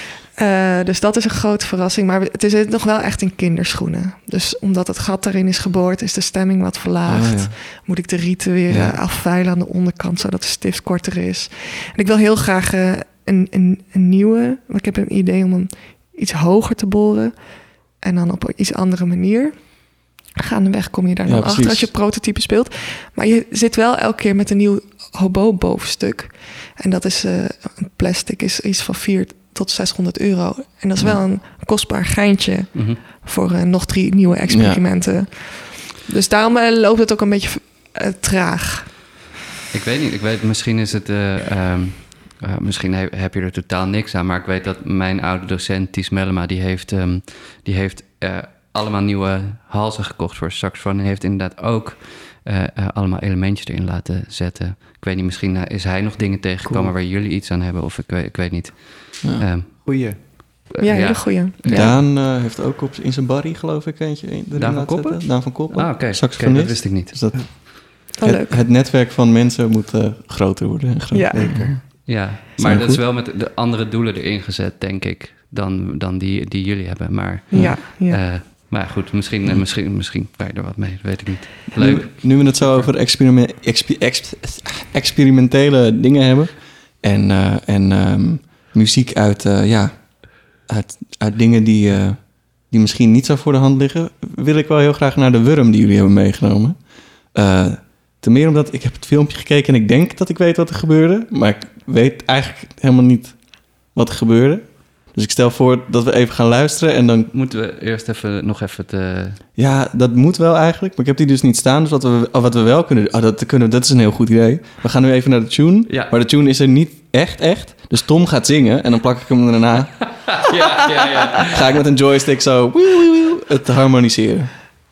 [SPEAKER 4] Uh, dus dat is een grote verrassing. Maar het is nog wel echt in kinderschoenen. Dus omdat het gat daarin is geboord, is de stemming wat verlaagd. Oh, ja. Moet ik de rieten weer ja. afveilen aan de onderkant, zodat de stift korter is. En ik wil heel graag uh, een, een, een nieuwe... Want ik heb een idee om hem iets hoger te boren. En dan op een iets andere manier... Gaandeweg kom je daar dan ja, achter als je prototype speelt. Maar je zit wel elke keer met een nieuw hobo-bovenstuk. En dat is uh, een plastic, is iets van vier tot zeshonderd euro. En dat is wel een kostbaar geintje mm-hmm. voor uh, nog drie nieuwe experimenten. Ja. Dus daarom uh, loopt het ook een beetje uh, traag.
[SPEAKER 1] Ik weet niet, ik weet, misschien is het... Uh, um, uh, misschien heb, heb je er totaal niks aan. Maar ik weet dat mijn oude docent, Ties Mellema, die heeft... Um, die heeft uh, allemaal nieuwe halzen gekocht voor saxofoon. En heeft inderdaad ook uh, uh, allemaal elementjes erin laten zetten. Ik weet niet, misschien uh, is hij nog dingen tegengekomen... Cool. waar jullie iets aan hebben, of ik weet, ik weet niet.
[SPEAKER 3] Ja. Um, goeie.
[SPEAKER 4] Uh, ja, hele goeie. Ja.
[SPEAKER 2] Daan uh, heeft ook op, in zijn barry, geloof ik, eentje erin
[SPEAKER 1] Daan van Koppen?
[SPEAKER 2] Zetten. Daan van Koppen.
[SPEAKER 1] Ah, oké. Okay. Okay, dat wist ik niet. Dus dat,
[SPEAKER 4] oh,
[SPEAKER 2] het, het netwerk van mensen moet uh, groter worden. En groter
[SPEAKER 4] ja.
[SPEAKER 2] worden.
[SPEAKER 1] Ja, maar dat goed? is wel met de andere doelen erin gezet, denk ik... dan, dan die, die jullie hebben. Maar...
[SPEAKER 4] Ja, ja.
[SPEAKER 1] Uh, Maar goed, misschien, uh, misschien, misschien kan je er wat mee, dat weet ik niet. Leuk.
[SPEAKER 2] Nu, nu we het zo over experiment, exper, exper, experimentele dingen hebben... en, uh, en um, muziek uit, uh, ja, uit, uit dingen die, uh, die misschien niet zo voor de hand liggen... wil ik wel heel graag naar de Wurm die jullie hebben meegenomen. Uh, ten meer omdat ik heb het filmpje gekeken en ik denk dat ik weet wat er gebeurde... maar ik weet eigenlijk helemaal niet wat er gebeurde... Dus ik stel voor dat we even gaan luisteren en dan...
[SPEAKER 1] Moeten we eerst even nog even te...
[SPEAKER 2] Ja, dat moet wel eigenlijk. Maar ik heb die dus niet staan. Dus wat we, wat we wel kunnen doen... Oh, dat, kunnen, dat is een heel goed idee. We gaan nu even naar de tune. Ja. Maar de tune is er niet echt echt. Dus Tom gaat zingen en dan plak ik hem daarna...
[SPEAKER 1] ja, ja, ja.
[SPEAKER 2] Ga ik met een joystick zo... Wieuw, wieuw, wieuw, het harmoniseren.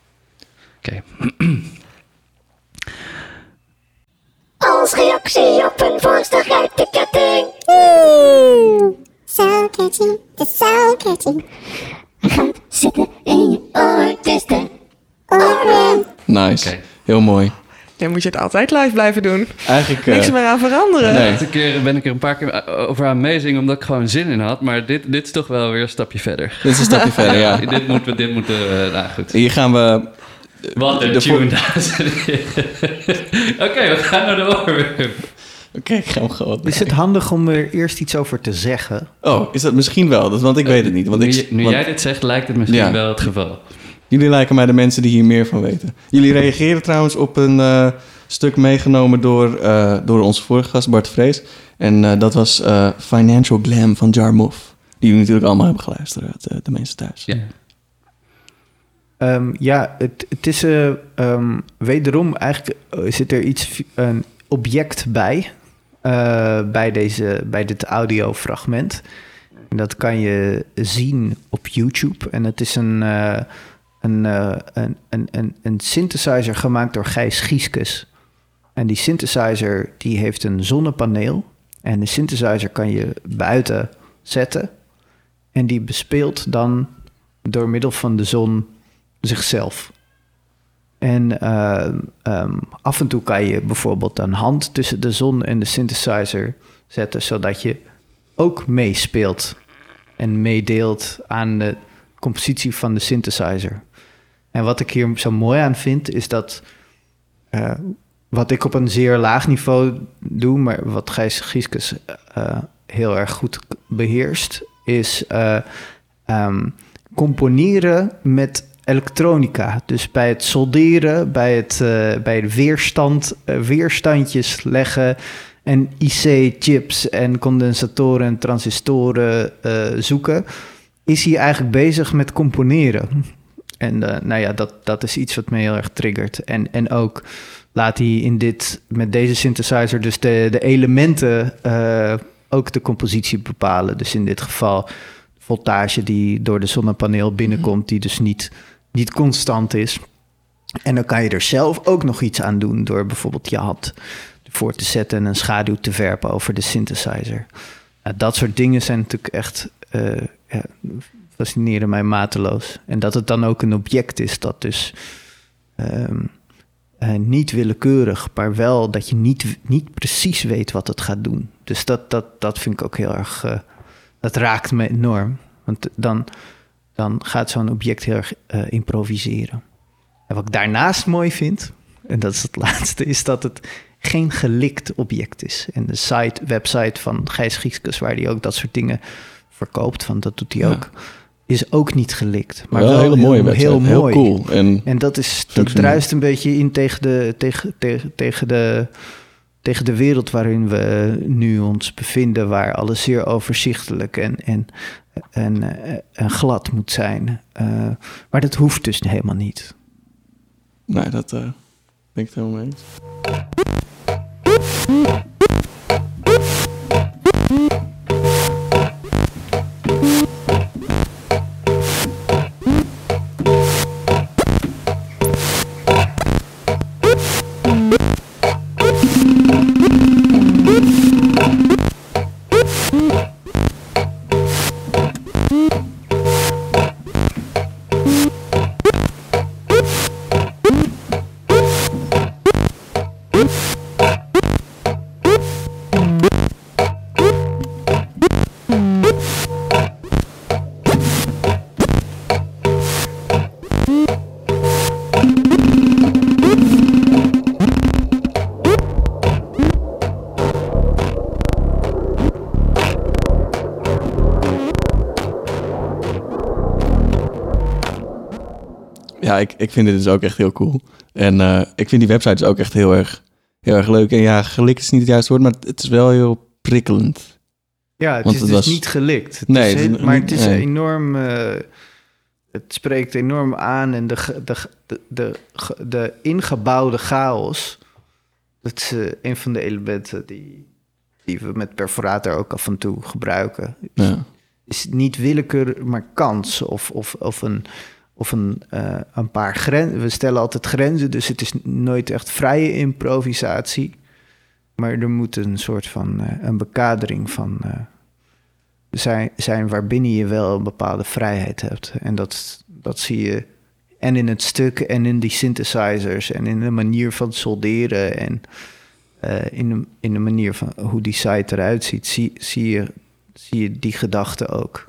[SPEAKER 1] Oké.
[SPEAKER 5] Okay. Als reactie op een voorstel uit de ketting. Oeh. So catchy, it's so catchy. Hij gaat zitten in je oor, het is de oren.
[SPEAKER 2] Nice, okay. Heel mooi.
[SPEAKER 4] Dan moet je het altijd live blijven doen.
[SPEAKER 2] Eigenlijk...
[SPEAKER 4] Niks uh, meer aan veranderen.
[SPEAKER 1] Nee. De keer ben ik er een paar keer over aan meezingen... omdat ik gewoon zin in had. Maar dit, dit is toch wel weer een stapje verder.
[SPEAKER 2] Dit is een stapje verder, ja.
[SPEAKER 1] dit moeten we... Dit moeten, uh, nou goed.
[SPEAKER 2] Hier gaan we...
[SPEAKER 1] Wat een tune, dames en heren. Oké, we gaan naar de oorworm.
[SPEAKER 2] Oké, okay, ik ga hem gewoon.
[SPEAKER 3] Is het handig om er eerst iets over te zeggen?
[SPEAKER 2] Oh, is dat misschien wel? Dat, want ik weet het niet. Want
[SPEAKER 1] nu
[SPEAKER 2] ik,
[SPEAKER 1] nu
[SPEAKER 2] want,
[SPEAKER 1] jij dit zegt, lijkt het misschien ja. wel het geval.
[SPEAKER 2] Jullie lijken mij de mensen die hier meer van weten. Jullie reageren trouwens op een uh, stuk meegenomen door, uh, door onze vorige gast, Bart Vrees. En uh, dat was uh, Financial Glam van Jarmuth. Die jullie natuurlijk allemaal hebben geluisterd, uh, de mensen thuis.
[SPEAKER 1] Ja.
[SPEAKER 3] Um, ja, het, het is uh, um, wederom eigenlijk uh, zit er iets, een object bij... Uh, bij, deze, bij dit audiofragment. En dat kan je zien op YouTube. En het is een, uh, een, uh, een, een, een, een synthesizer gemaakt door Gijs Gieskes. En die synthesizer die heeft een zonnepaneel. En de synthesizer kan je buiten zetten. En die bespeelt dan door middel van de zon zichzelf. En uh, um, af en toe kan je bijvoorbeeld een hand tussen de zon en de synthesizer zetten... zodat je ook meespeelt en meedeelt aan de compositie van de synthesizer. En wat ik hier zo mooi aan vind, is dat... Uh, wat ik op een zeer laag niveau doe, maar wat Gijs Gieskes uh, heel erg goed beheerst... is uh, um, componeren met... elektronica, dus bij het solderen, bij het, uh, bij de weerstand, uh, weerstandjes leggen en I C-chips en condensatoren en transistoren uh, zoeken, is hij eigenlijk bezig met componeren. En uh, nou ja, dat, dat is iets wat me heel erg triggert. En, en ook laat hij in dit, met deze synthesizer dus de, de elementen uh, ook de compositie bepalen. Dus in dit geval voltage die door de zonnepaneel binnenkomt, die dus niet, niet constant is. En dan kan je er zelf ook nog iets aan doen door bijvoorbeeld je hand voor te zetten en een schaduw te werpen over de synthesizer. Nou, dat soort dingen zijn natuurlijk echt uh, ja, fascineren mij mateloos. En dat het dan ook een object is dat dus um, uh, niet willekeurig, maar wel dat je niet, niet precies weet wat het gaat doen. Dus dat, dat, dat vind ik ook heel erg, uh, dat raakt me enorm. Want dan, dan gaat zo'n object heel erg uh, improviseren. En wat ik daarnaast mooi vind, en dat is het laatste, is dat het geen gelikt object is. En de site, website van Gijs Gieskes, waar hij ook dat soort dingen verkoopt, van dat doet hij ook, ja. is ook niet gelikt. Maar
[SPEAKER 2] wel, wel een hele mooie website, heel, heel mooi. Cool. En,
[SPEAKER 3] en dat, is, dat druist een beetje in tegen de, tegen, tegen, tegen, de, tegen de wereld waarin we nu ons bevinden, waar alles zeer overzichtelijk en, en, en, en glad moet zijn. Uh, maar dat hoeft dus helemaal niet.
[SPEAKER 2] Nee, dat uh, ben ik het helemaal mee eens. Ja, ik, ik vind dit dus ook echt heel cool. En uh, ik vind die website dus ook echt heel erg, heel erg leuk. En ja, gelikt is niet het juiste woord, maar het is wel heel prikkelend.
[SPEAKER 3] Ja, het Want is het dus was... niet gelikt. Het nee, is heel, het is, maar het is nee. enorm... Uh, het spreekt enorm aan en de, de, de, de, de ingebouwde chaos, dat is uh, een van de elementen die, die we met perforator ook af en toe gebruiken.
[SPEAKER 2] Ja.
[SPEAKER 3] Is niet willekeur, maar kans of, of, of een... Of een, uh, een paar grenzen. We stellen altijd grenzen, dus het is nooit echt vrije improvisatie. Maar er moet een soort van uh, een bekadering van uh, zijn, zijn waarbinnen je wel een bepaalde vrijheid hebt. En dat, dat zie je en in het stuk en in die synthesizers en in de manier van solderen en uh, in, de, in de manier van hoe die site eruit ziet, zie, zie, je, zie je die gedachte ook.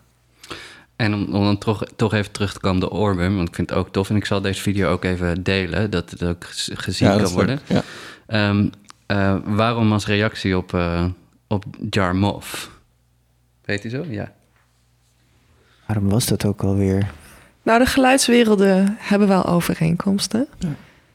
[SPEAKER 1] En om, om dan toch, toch even terug te komen op de Orbum, want ik vind het ook tof. En ik zal deze video ook even delen, dat het ook gezien ja, kan worden.
[SPEAKER 2] Ja.
[SPEAKER 1] Um, uh, waarom als reactie op, uh, op Jarmov? Weet u zo? Ja.
[SPEAKER 3] Waarom was dat ook alweer?
[SPEAKER 4] Nou, de geluidswerelden hebben wel overeenkomsten.
[SPEAKER 3] Ja.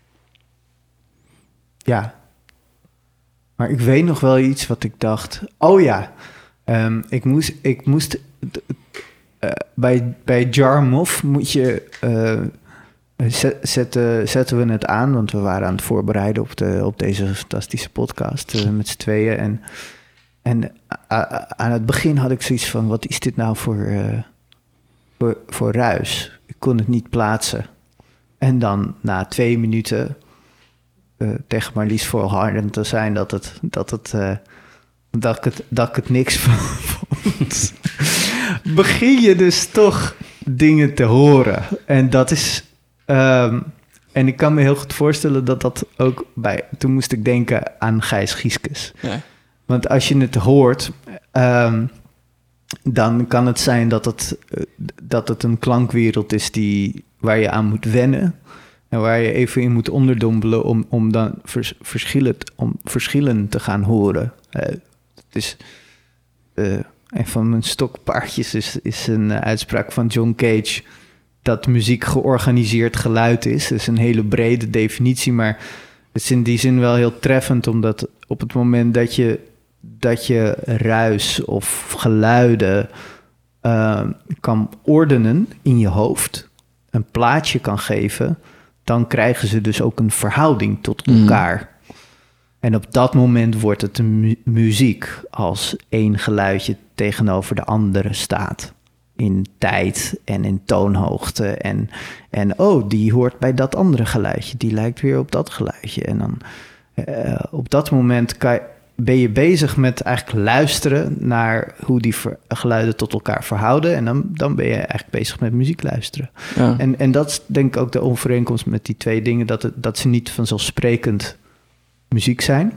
[SPEAKER 3] ja. Maar ik weet nog wel iets wat ik dacht. Oh ja, um, ik moest... Ik moest Uh, bij, bij Jarmov moet je uh, zet, zetten, zetten we het aan, want we waren aan het voorbereiden op, de, op deze fantastische podcast uh, met z'n tweeën. En, en uh, aan het begin had ik zoiets van, wat is dit nou voor, uh, voor, voor ruis? Ik kon het niet plaatsen. En dan na twee minuten uh, tegen Marlies volhardend te zijn dat, het, dat, het, uh, dat, ik het, dat ik het niks vond. Begin je dus toch dingen te horen. En dat is... Um, en ik kan me heel goed voorstellen dat dat ook bij... Toen moest ik denken aan Gijs Gieskes.
[SPEAKER 2] Ja.
[SPEAKER 3] Want als je het hoort... Um, dan kan het zijn dat het, uh, dat het een klankwereld is die, waar je aan moet wennen. En waar je even in moet onderdompelen om, om dan vers, verschillen, om verschillen te gaan horen. Uh, het is... Uh, Een van mijn stokpaardjes is, is een uh, uitspraak van John Cage... dat muziek georganiseerd geluid is. Dat is een hele brede definitie, maar Het is in die zin wel heel treffend, omdat op het moment dat je, dat je ruis of geluiden uh, kan ordenen in je hoofd, een plaatje kan geven, dan krijgen ze dus ook een verhouding tot elkaar. Mm. En op dat moment wordt het een mu- muziek als één geluidje tegenover de andere staat. In tijd en in toonhoogte. En, en oh, die hoort bij dat andere geluidje. Die lijkt weer op dat geluidje. En dan uh, op dat moment kan je, ben je bezig met eigenlijk luisteren naar hoe die ver, geluiden tot elkaar verhouden. En dan, dan ben je eigenlijk bezig met muziek luisteren. Ja. En, en dat is denk ik ook de overeenkomst met die twee dingen. Dat, het, dat ze niet vanzelfsprekend muziek zijn,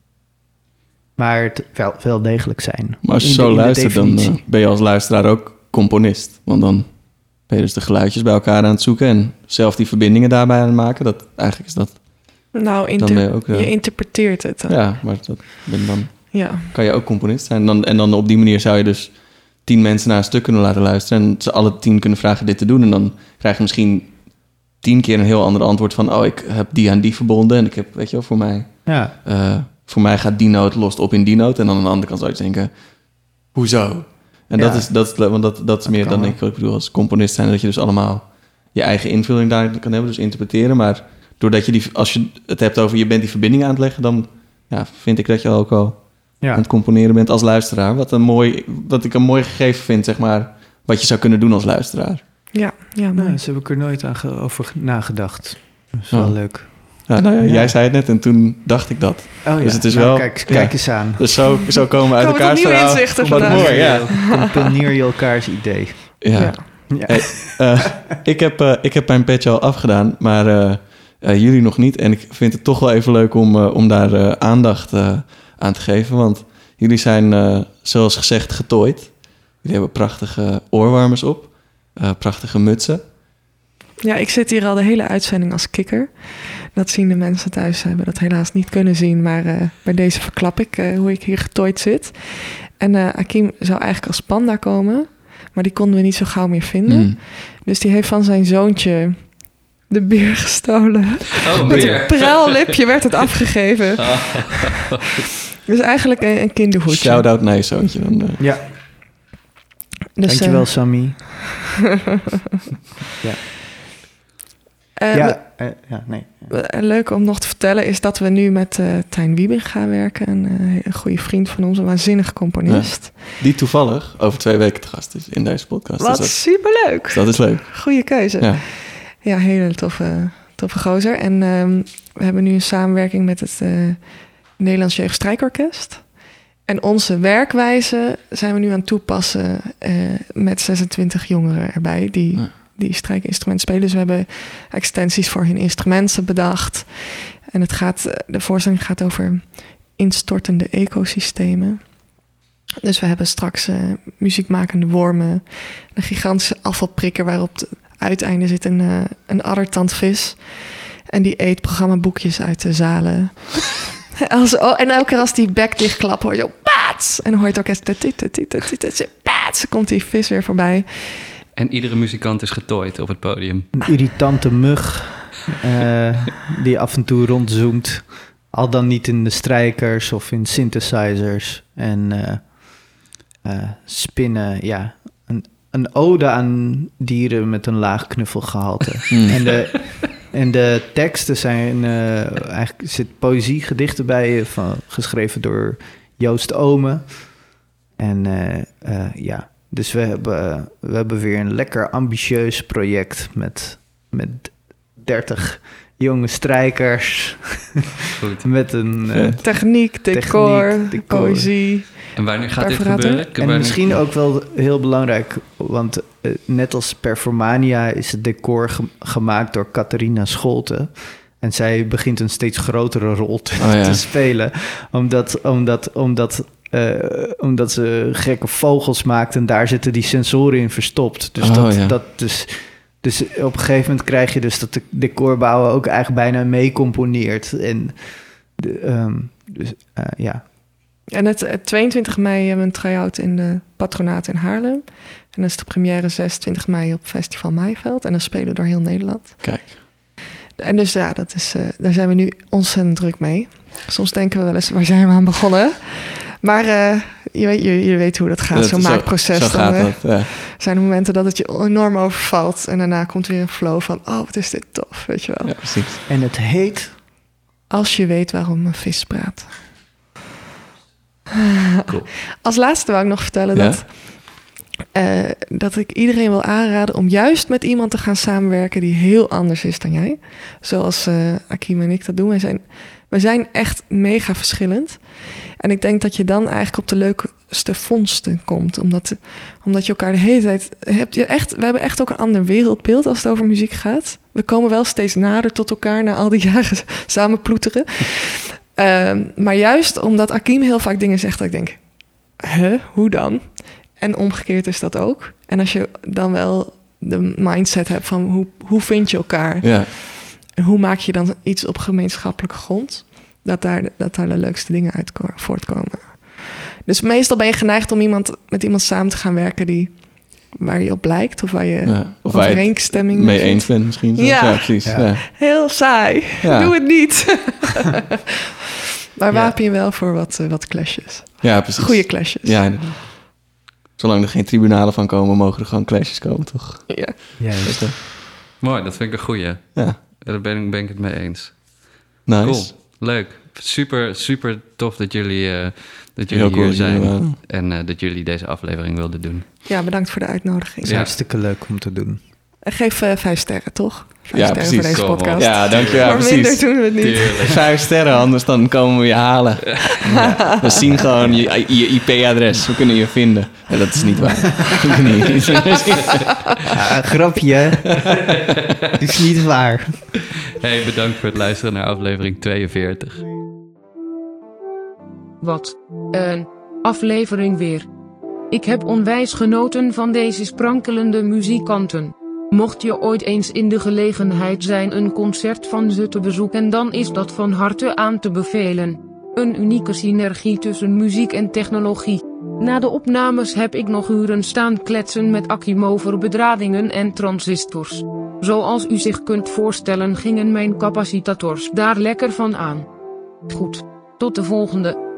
[SPEAKER 3] maar het wel, wel degelijk zijn.
[SPEAKER 2] Maar als je
[SPEAKER 3] in
[SPEAKER 2] zo
[SPEAKER 3] de,
[SPEAKER 2] luistert, dan uh, ben je als luisteraar ook componist. Want dan ben je dus de geluidjes bij elkaar aan het zoeken en zelf die verbindingen daarbij aan het maken. Dat, eigenlijk is dat...
[SPEAKER 4] Nou, inter- je, ook, uh, je interpreteert het. Dan.
[SPEAKER 2] Ja, maar dat ben dan
[SPEAKER 4] ja.
[SPEAKER 2] kan je ook componist zijn. Dan, en dan op die manier zou je dus tien mensen naar een stuk kunnen laten luisteren en ze alle tien kunnen vragen dit te doen. En dan krijg je misschien tien keer een heel ander antwoord van, oh, ik heb die aan die verbonden en ik heb, weet je wel, voor mij,
[SPEAKER 3] ja.
[SPEAKER 2] uh, voor mij gaat die noot lost op in die noot. En dan aan de andere kant zou je denken, hoezo? En ja. dat is, dat is, want dat, dat is dat meer dan ik, ik bedoel, als componist zijn, dat je dus allemaal je eigen invulling daar kan hebben, dus interpreteren. Maar doordat je die, als je het hebt over je bent die verbinding aan het leggen, dan ja, vind ik dat je ook wel ja. aan het componeren bent als luisteraar. Wat een mooi, wat ik een mooi gegeven vind, zeg maar, wat je zou kunnen doen als luisteraar.
[SPEAKER 4] Ja, ja, mooi.
[SPEAKER 3] Nou, zo heb ik er nooit aan ge- over nagedacht. Dat is wel
[SPEAKER 2] oh.
[SPEAKER 3] leuk.
[SPEAKER 2] Ja, nou ja, ja. Jij zei het net en toen dacht ik dat.
[SPEAKER 3] Oh, ja.
[SPEAKER 2] Dus het is
[SPEAKER 3] nou,
[SPEAKER 2] wel...
[SPEAKER 3] Kijk, kijk
[SPEAKER 2] ja.
[SPEAKER 3] eens aan.
[SPEAKER 2] Dus zo, zo komen we uit
[SPEAKER 4] komen
[SPEAKER 2] elkaar.
[SPEAKER 4] Nieuwe inzichten
[SPEAKER 2] Wat mooi, ja.
[SPEAKER 3] Componeer je elkaars idee.
[SPEAKER 2] Ja. ja. ja. Hey, uh, ik, heb, uh, ik heb mijn petje al afgedaan, maar uh, uh, jullie nog niet. En ik vind het toch wel even leuk om, uh, om daar uh, aandacht uh, aan te geven. Want jullie zijn, uh, zoals gezegd, getooid. Jullie hebben prachtige oorwarmers op. Uh, prachtige mutsen.
[SPEAKER 4] Ja, ik zit hier al de hele uitzending als kikker. Dat zien de mensen thuis, hebben dat helaas niet kunnen zien. Maar uh, bij deze verklap ik uh, hoe ik hier getooid zit. En uh, Akim zou eigenlijk als panda komen. Maar die konden we niet zo gauw meer vinden. Mm. Dus die heeft van zijn zoontje de beer gestolen.
[SPEAKER 1] Oh,
[SPEAKER 4] met
[SPEAKER 1] beer.
[SPEAKER 4] een prel lipje werd het afgegeven. Oh. Dus eigenlijk een, een kinderhoedje.
[SPEAKER 2] Shout-out naar je zoontje dan. Uh.
[SPEAKER 3] Ja. Dus, dankjewel, uh, Sammy. ja.
[SPEAKER 4] Uh,
[SPEAKER 3] ja, uh, ja, nee.
[SPEAKER 4] Leuk om nog te vertellen is dat we nu met uh, Tijn Wiebing gaan werken. Een, uh, een goede vriend van ons, een waanzinnig componist.
[SPEAKER 2] Ja, die toevallig over twee weken te gast is in deze podcast.
[SPEAKER 4] Wat dus superleuk.
[SPEAKER 2] Dus dat is leuk.
[SPEAKER 4] Goeie keuze. Ja, ja hele toffe, toffe gozer. En um, we hebben nu een samenwerking met het uh, Nederlands Jeugdstrijkorkest. En onze werkwijze zijn we nu aan het toepassen uh, met zesentwintig jongeren erbij die... Ja. die strijkinstrumenten spelen. Dus we hebben extensies voor hun instrumenten bedacht. En het gaat, de voorstelling gaat over instortende ecosystemen. Dus we hebben straks uh, muziekmakende wormen, een gigantische afvalprikker waarop het uiteinde zit een, uh, een addertandvis. En die eet programmaboekjes uit de zalen. Als, oh, en elke keer als die bek dichtklapt hoor je zo paats. En dan hoor je het orkest paats. Komt die vis weer voorbij.
[SPEAKER 1] En iedere muzikant is getooid op het podium.
[SPEAKER 3] Een irritante mug uh, die af en toe rondzoomt. Al dan niet in de strijkers of in synthesizers. En uh, uh, spinnen, ja. Een, een ode aan dieren met een laag knuffelgehalte. Mm. En, de, en de teksten zijn... Uh, eigenlijk zit poëzie, gedichten bij, van, geschreven door Joost Omen. En uh, uh, ja... Dus we hebben, we hebben weer een lekker ambitieus project met, met dertig jonge strijkers.
[SPEAKER 1] Goed.
[SPEAKER 3] Met een uh,
[SPEAKER 4] techniek, decor, techniek, decor, poëzie.
[SPEAKER 1] En wanneer gaat dit gebeuren?
[SPEAKER 3] En wanneer... misschien ook wel heel belangrijk, want uh, net als Performania is het decor ge- gemaakt door Catharina Scholte. En zij begint een steeds grotere rol te, oh, ja. te spelen. Omdat... omdat, omdat Uh, omdat ze gekke vogels maakt en daar zitten die sensoren in verstopt. Dus, oh, dat, ja. dat dus, dus op een gegeven moment krijg je dus dat de decorbouwer ook eigenlijk bijna mee componeert. En de, um, dus, uh, ja.
[SPEAKER 4] En het, het tweeëntwintig mei hebben we een try-out in de Patronaat in Haarlem. En dan is de première zesentwintig mei op Festival Maaiveld. En dan spelen we door heel Nederland.
[SPEAKER 2] Kijk.
[SPEAKER 4] En dus ja, dat is, uh, daar zijn we nu ontzettend druk mee. Soms denken we wel eens, waar zijn we aan begonnen? Maar uh, je, weet, je, je weet hoe dat gaat, zo'n maakproces.
[SPEAKER 2] Zo gaat
[SPEAKER 4] dan,
[SPEAKER 2] dat, ja.
[SPEAKER 4] zijn er momenten dat het je enorm overvalt. En daarna komt weer een flow van, oh, wat is dit tof, weet je wel.
[SPEAKER 2] Ja, precies.
[SPEAKER 3] En het heet...
[SPEAKER 4] Als je weet waarom een vis praat.
[SPEAKER 1] Cool.
[SPEAKER 4] Als laatste wou ik nog vertellen
[SPEAKER 2] Ja?
[SPEAKER 4] dat... Uh, dat ik iedereen wil aanraden om juist met iemand te gaan samenwerken die heel anders is dan jij. Zoals uh, Akim en ik dat doen. Wij zijn, wij zijn echt mega verschillend. En ik denk dat je dan eigenlijk op de leukste vondsten komt. Omdat, omdat je elkaar de hele tijd... Hebt je echt, we hebben echt ook een ander wereldbeeld als het over muziek gaat. We komen wel steeds nader tot elkaar na al die jaren samen ploeteren. Uh, maar juist omdat Akim heel vaak dingen zegt dat ik denk... Huh, hoe dan? En omgekeerd is dat ook. En als je dan wel de mindset hebt van hoe, hoe vind je elkaar?
[SPEAKER 2] Ja.
[SPEAKER 4] En hoe maak je dan iets op gemeenschappelijke grond? Dat daar, dat daar de leukste dingen uit voortkomen. Dus meestal ben je geneigd om iemand, met iemand samen te gaan werken die, waar je op lijkt. Of waar je
[SPEAKER 2] Ja. Of waar je
[SPEAKER 4] overeenstemming
[SPEAKER 2] het mee
[SPEAKER 4] vindt.
[SPEAKER 2] eens bent misschien.
[SPEAKER 4] Ja.
[SPEAKER 2] Ja, precies.
[SPEAKER 3] Ja.
[SPEAKER 2] Ja.
[SPEAKER 4] Heel saai.
[SPEAKER 2] Ja.
[SPEAKER 4] Doe het niet. Maar
[SPEAKER 3] Ja.
[SPEAKER 4] wapen je wel voor wat, uh, wat clashes.
[SPEAKER 2] Ja, precies.
[SPEAKER 4] Goede clashes.
[SPEAKER 2] Ja, inderdaad. Zolang er geen tribunalen van komen, mogen er gewoon clashes komen, toch?
[SPEAKER 4] Ja.
[SPEAKER 3] Juist.
[SPEAKER 1] Mooi, dat vind ik een goeie.
[SPEAKER 2] Ja,
[SPEAKER 1] Daar ben ik, ben ik het mee eens.
[SPEAKER 2] nice.
[SPEAKER 1] Cool, leuk. Super, super tof dat jullie, uh, dat
[SPEAKER 2] Heel
[SPEAKER 1] jullie
[SPEAKER 2] cool
[SPEAKER 1] hier
[SPEAKER 2] dat jullie
[SPEAKER 1] zijn.
[SPEAKER 2] waren.
[SPEAKER 1] En uh, dat jullie deze aflevering wilden doen.
[SPEAKER 4] Ja, bedankt voor de uitnodiging.
[SPEAKER 3] Het is
[SPEAKER 1] Ja.
[SPEAKER 3] hartstikke leuk om te doen.
[SPEAKER 4] En geef uh, vijf sterren, toch? Vijf
[SPEAKER 2] Ja,
[SPEAKER 4] sterren
[SPEAKER 2] precies.
[SPEAKER 4] voor deze
[SPEAKER 1] Kom op.
[SPEAKER 4] podcast.
[SPEAKER 2] Ja, dankjewel.
[SPEAKER 4] maar minder
[SPEAKER 2] precies.
[SPEAKER 4] doen we het niet.
[SPEAKER 1] Tuurlijk.
[SPEAKER 2] Vijf sterren, anders dan komen we je halen. Ja. We zien gewoon je, je I P-adres. We kunnen je vinden. Ja, dat is niet waar. We kunnen je niet vinden.
[SPEAKER 3] Ja, grapje. Het is niet waar.
[SPEAKER 1] Hey, bedankt voor het luisteren naar aflevering tweeënveertig.
[SPEAKER 6] Wat een aflevering weer. Ik heb onwijs genoten van deze sprankelende muzikanten. Mocht je ooit eens in de gelegenheid zijn een concert van ze te bezoeken, dan is dat van harte aan te bevelen. Een unieke synergie tussen muziek en technologie. Na de opnames heb ik nog uren staan kletsen met Akim over bedradingen en transistors. Zoals u zich kunt voorstellen gingen mijn capacitators daar lekker van aan. Goed, tot de volgende.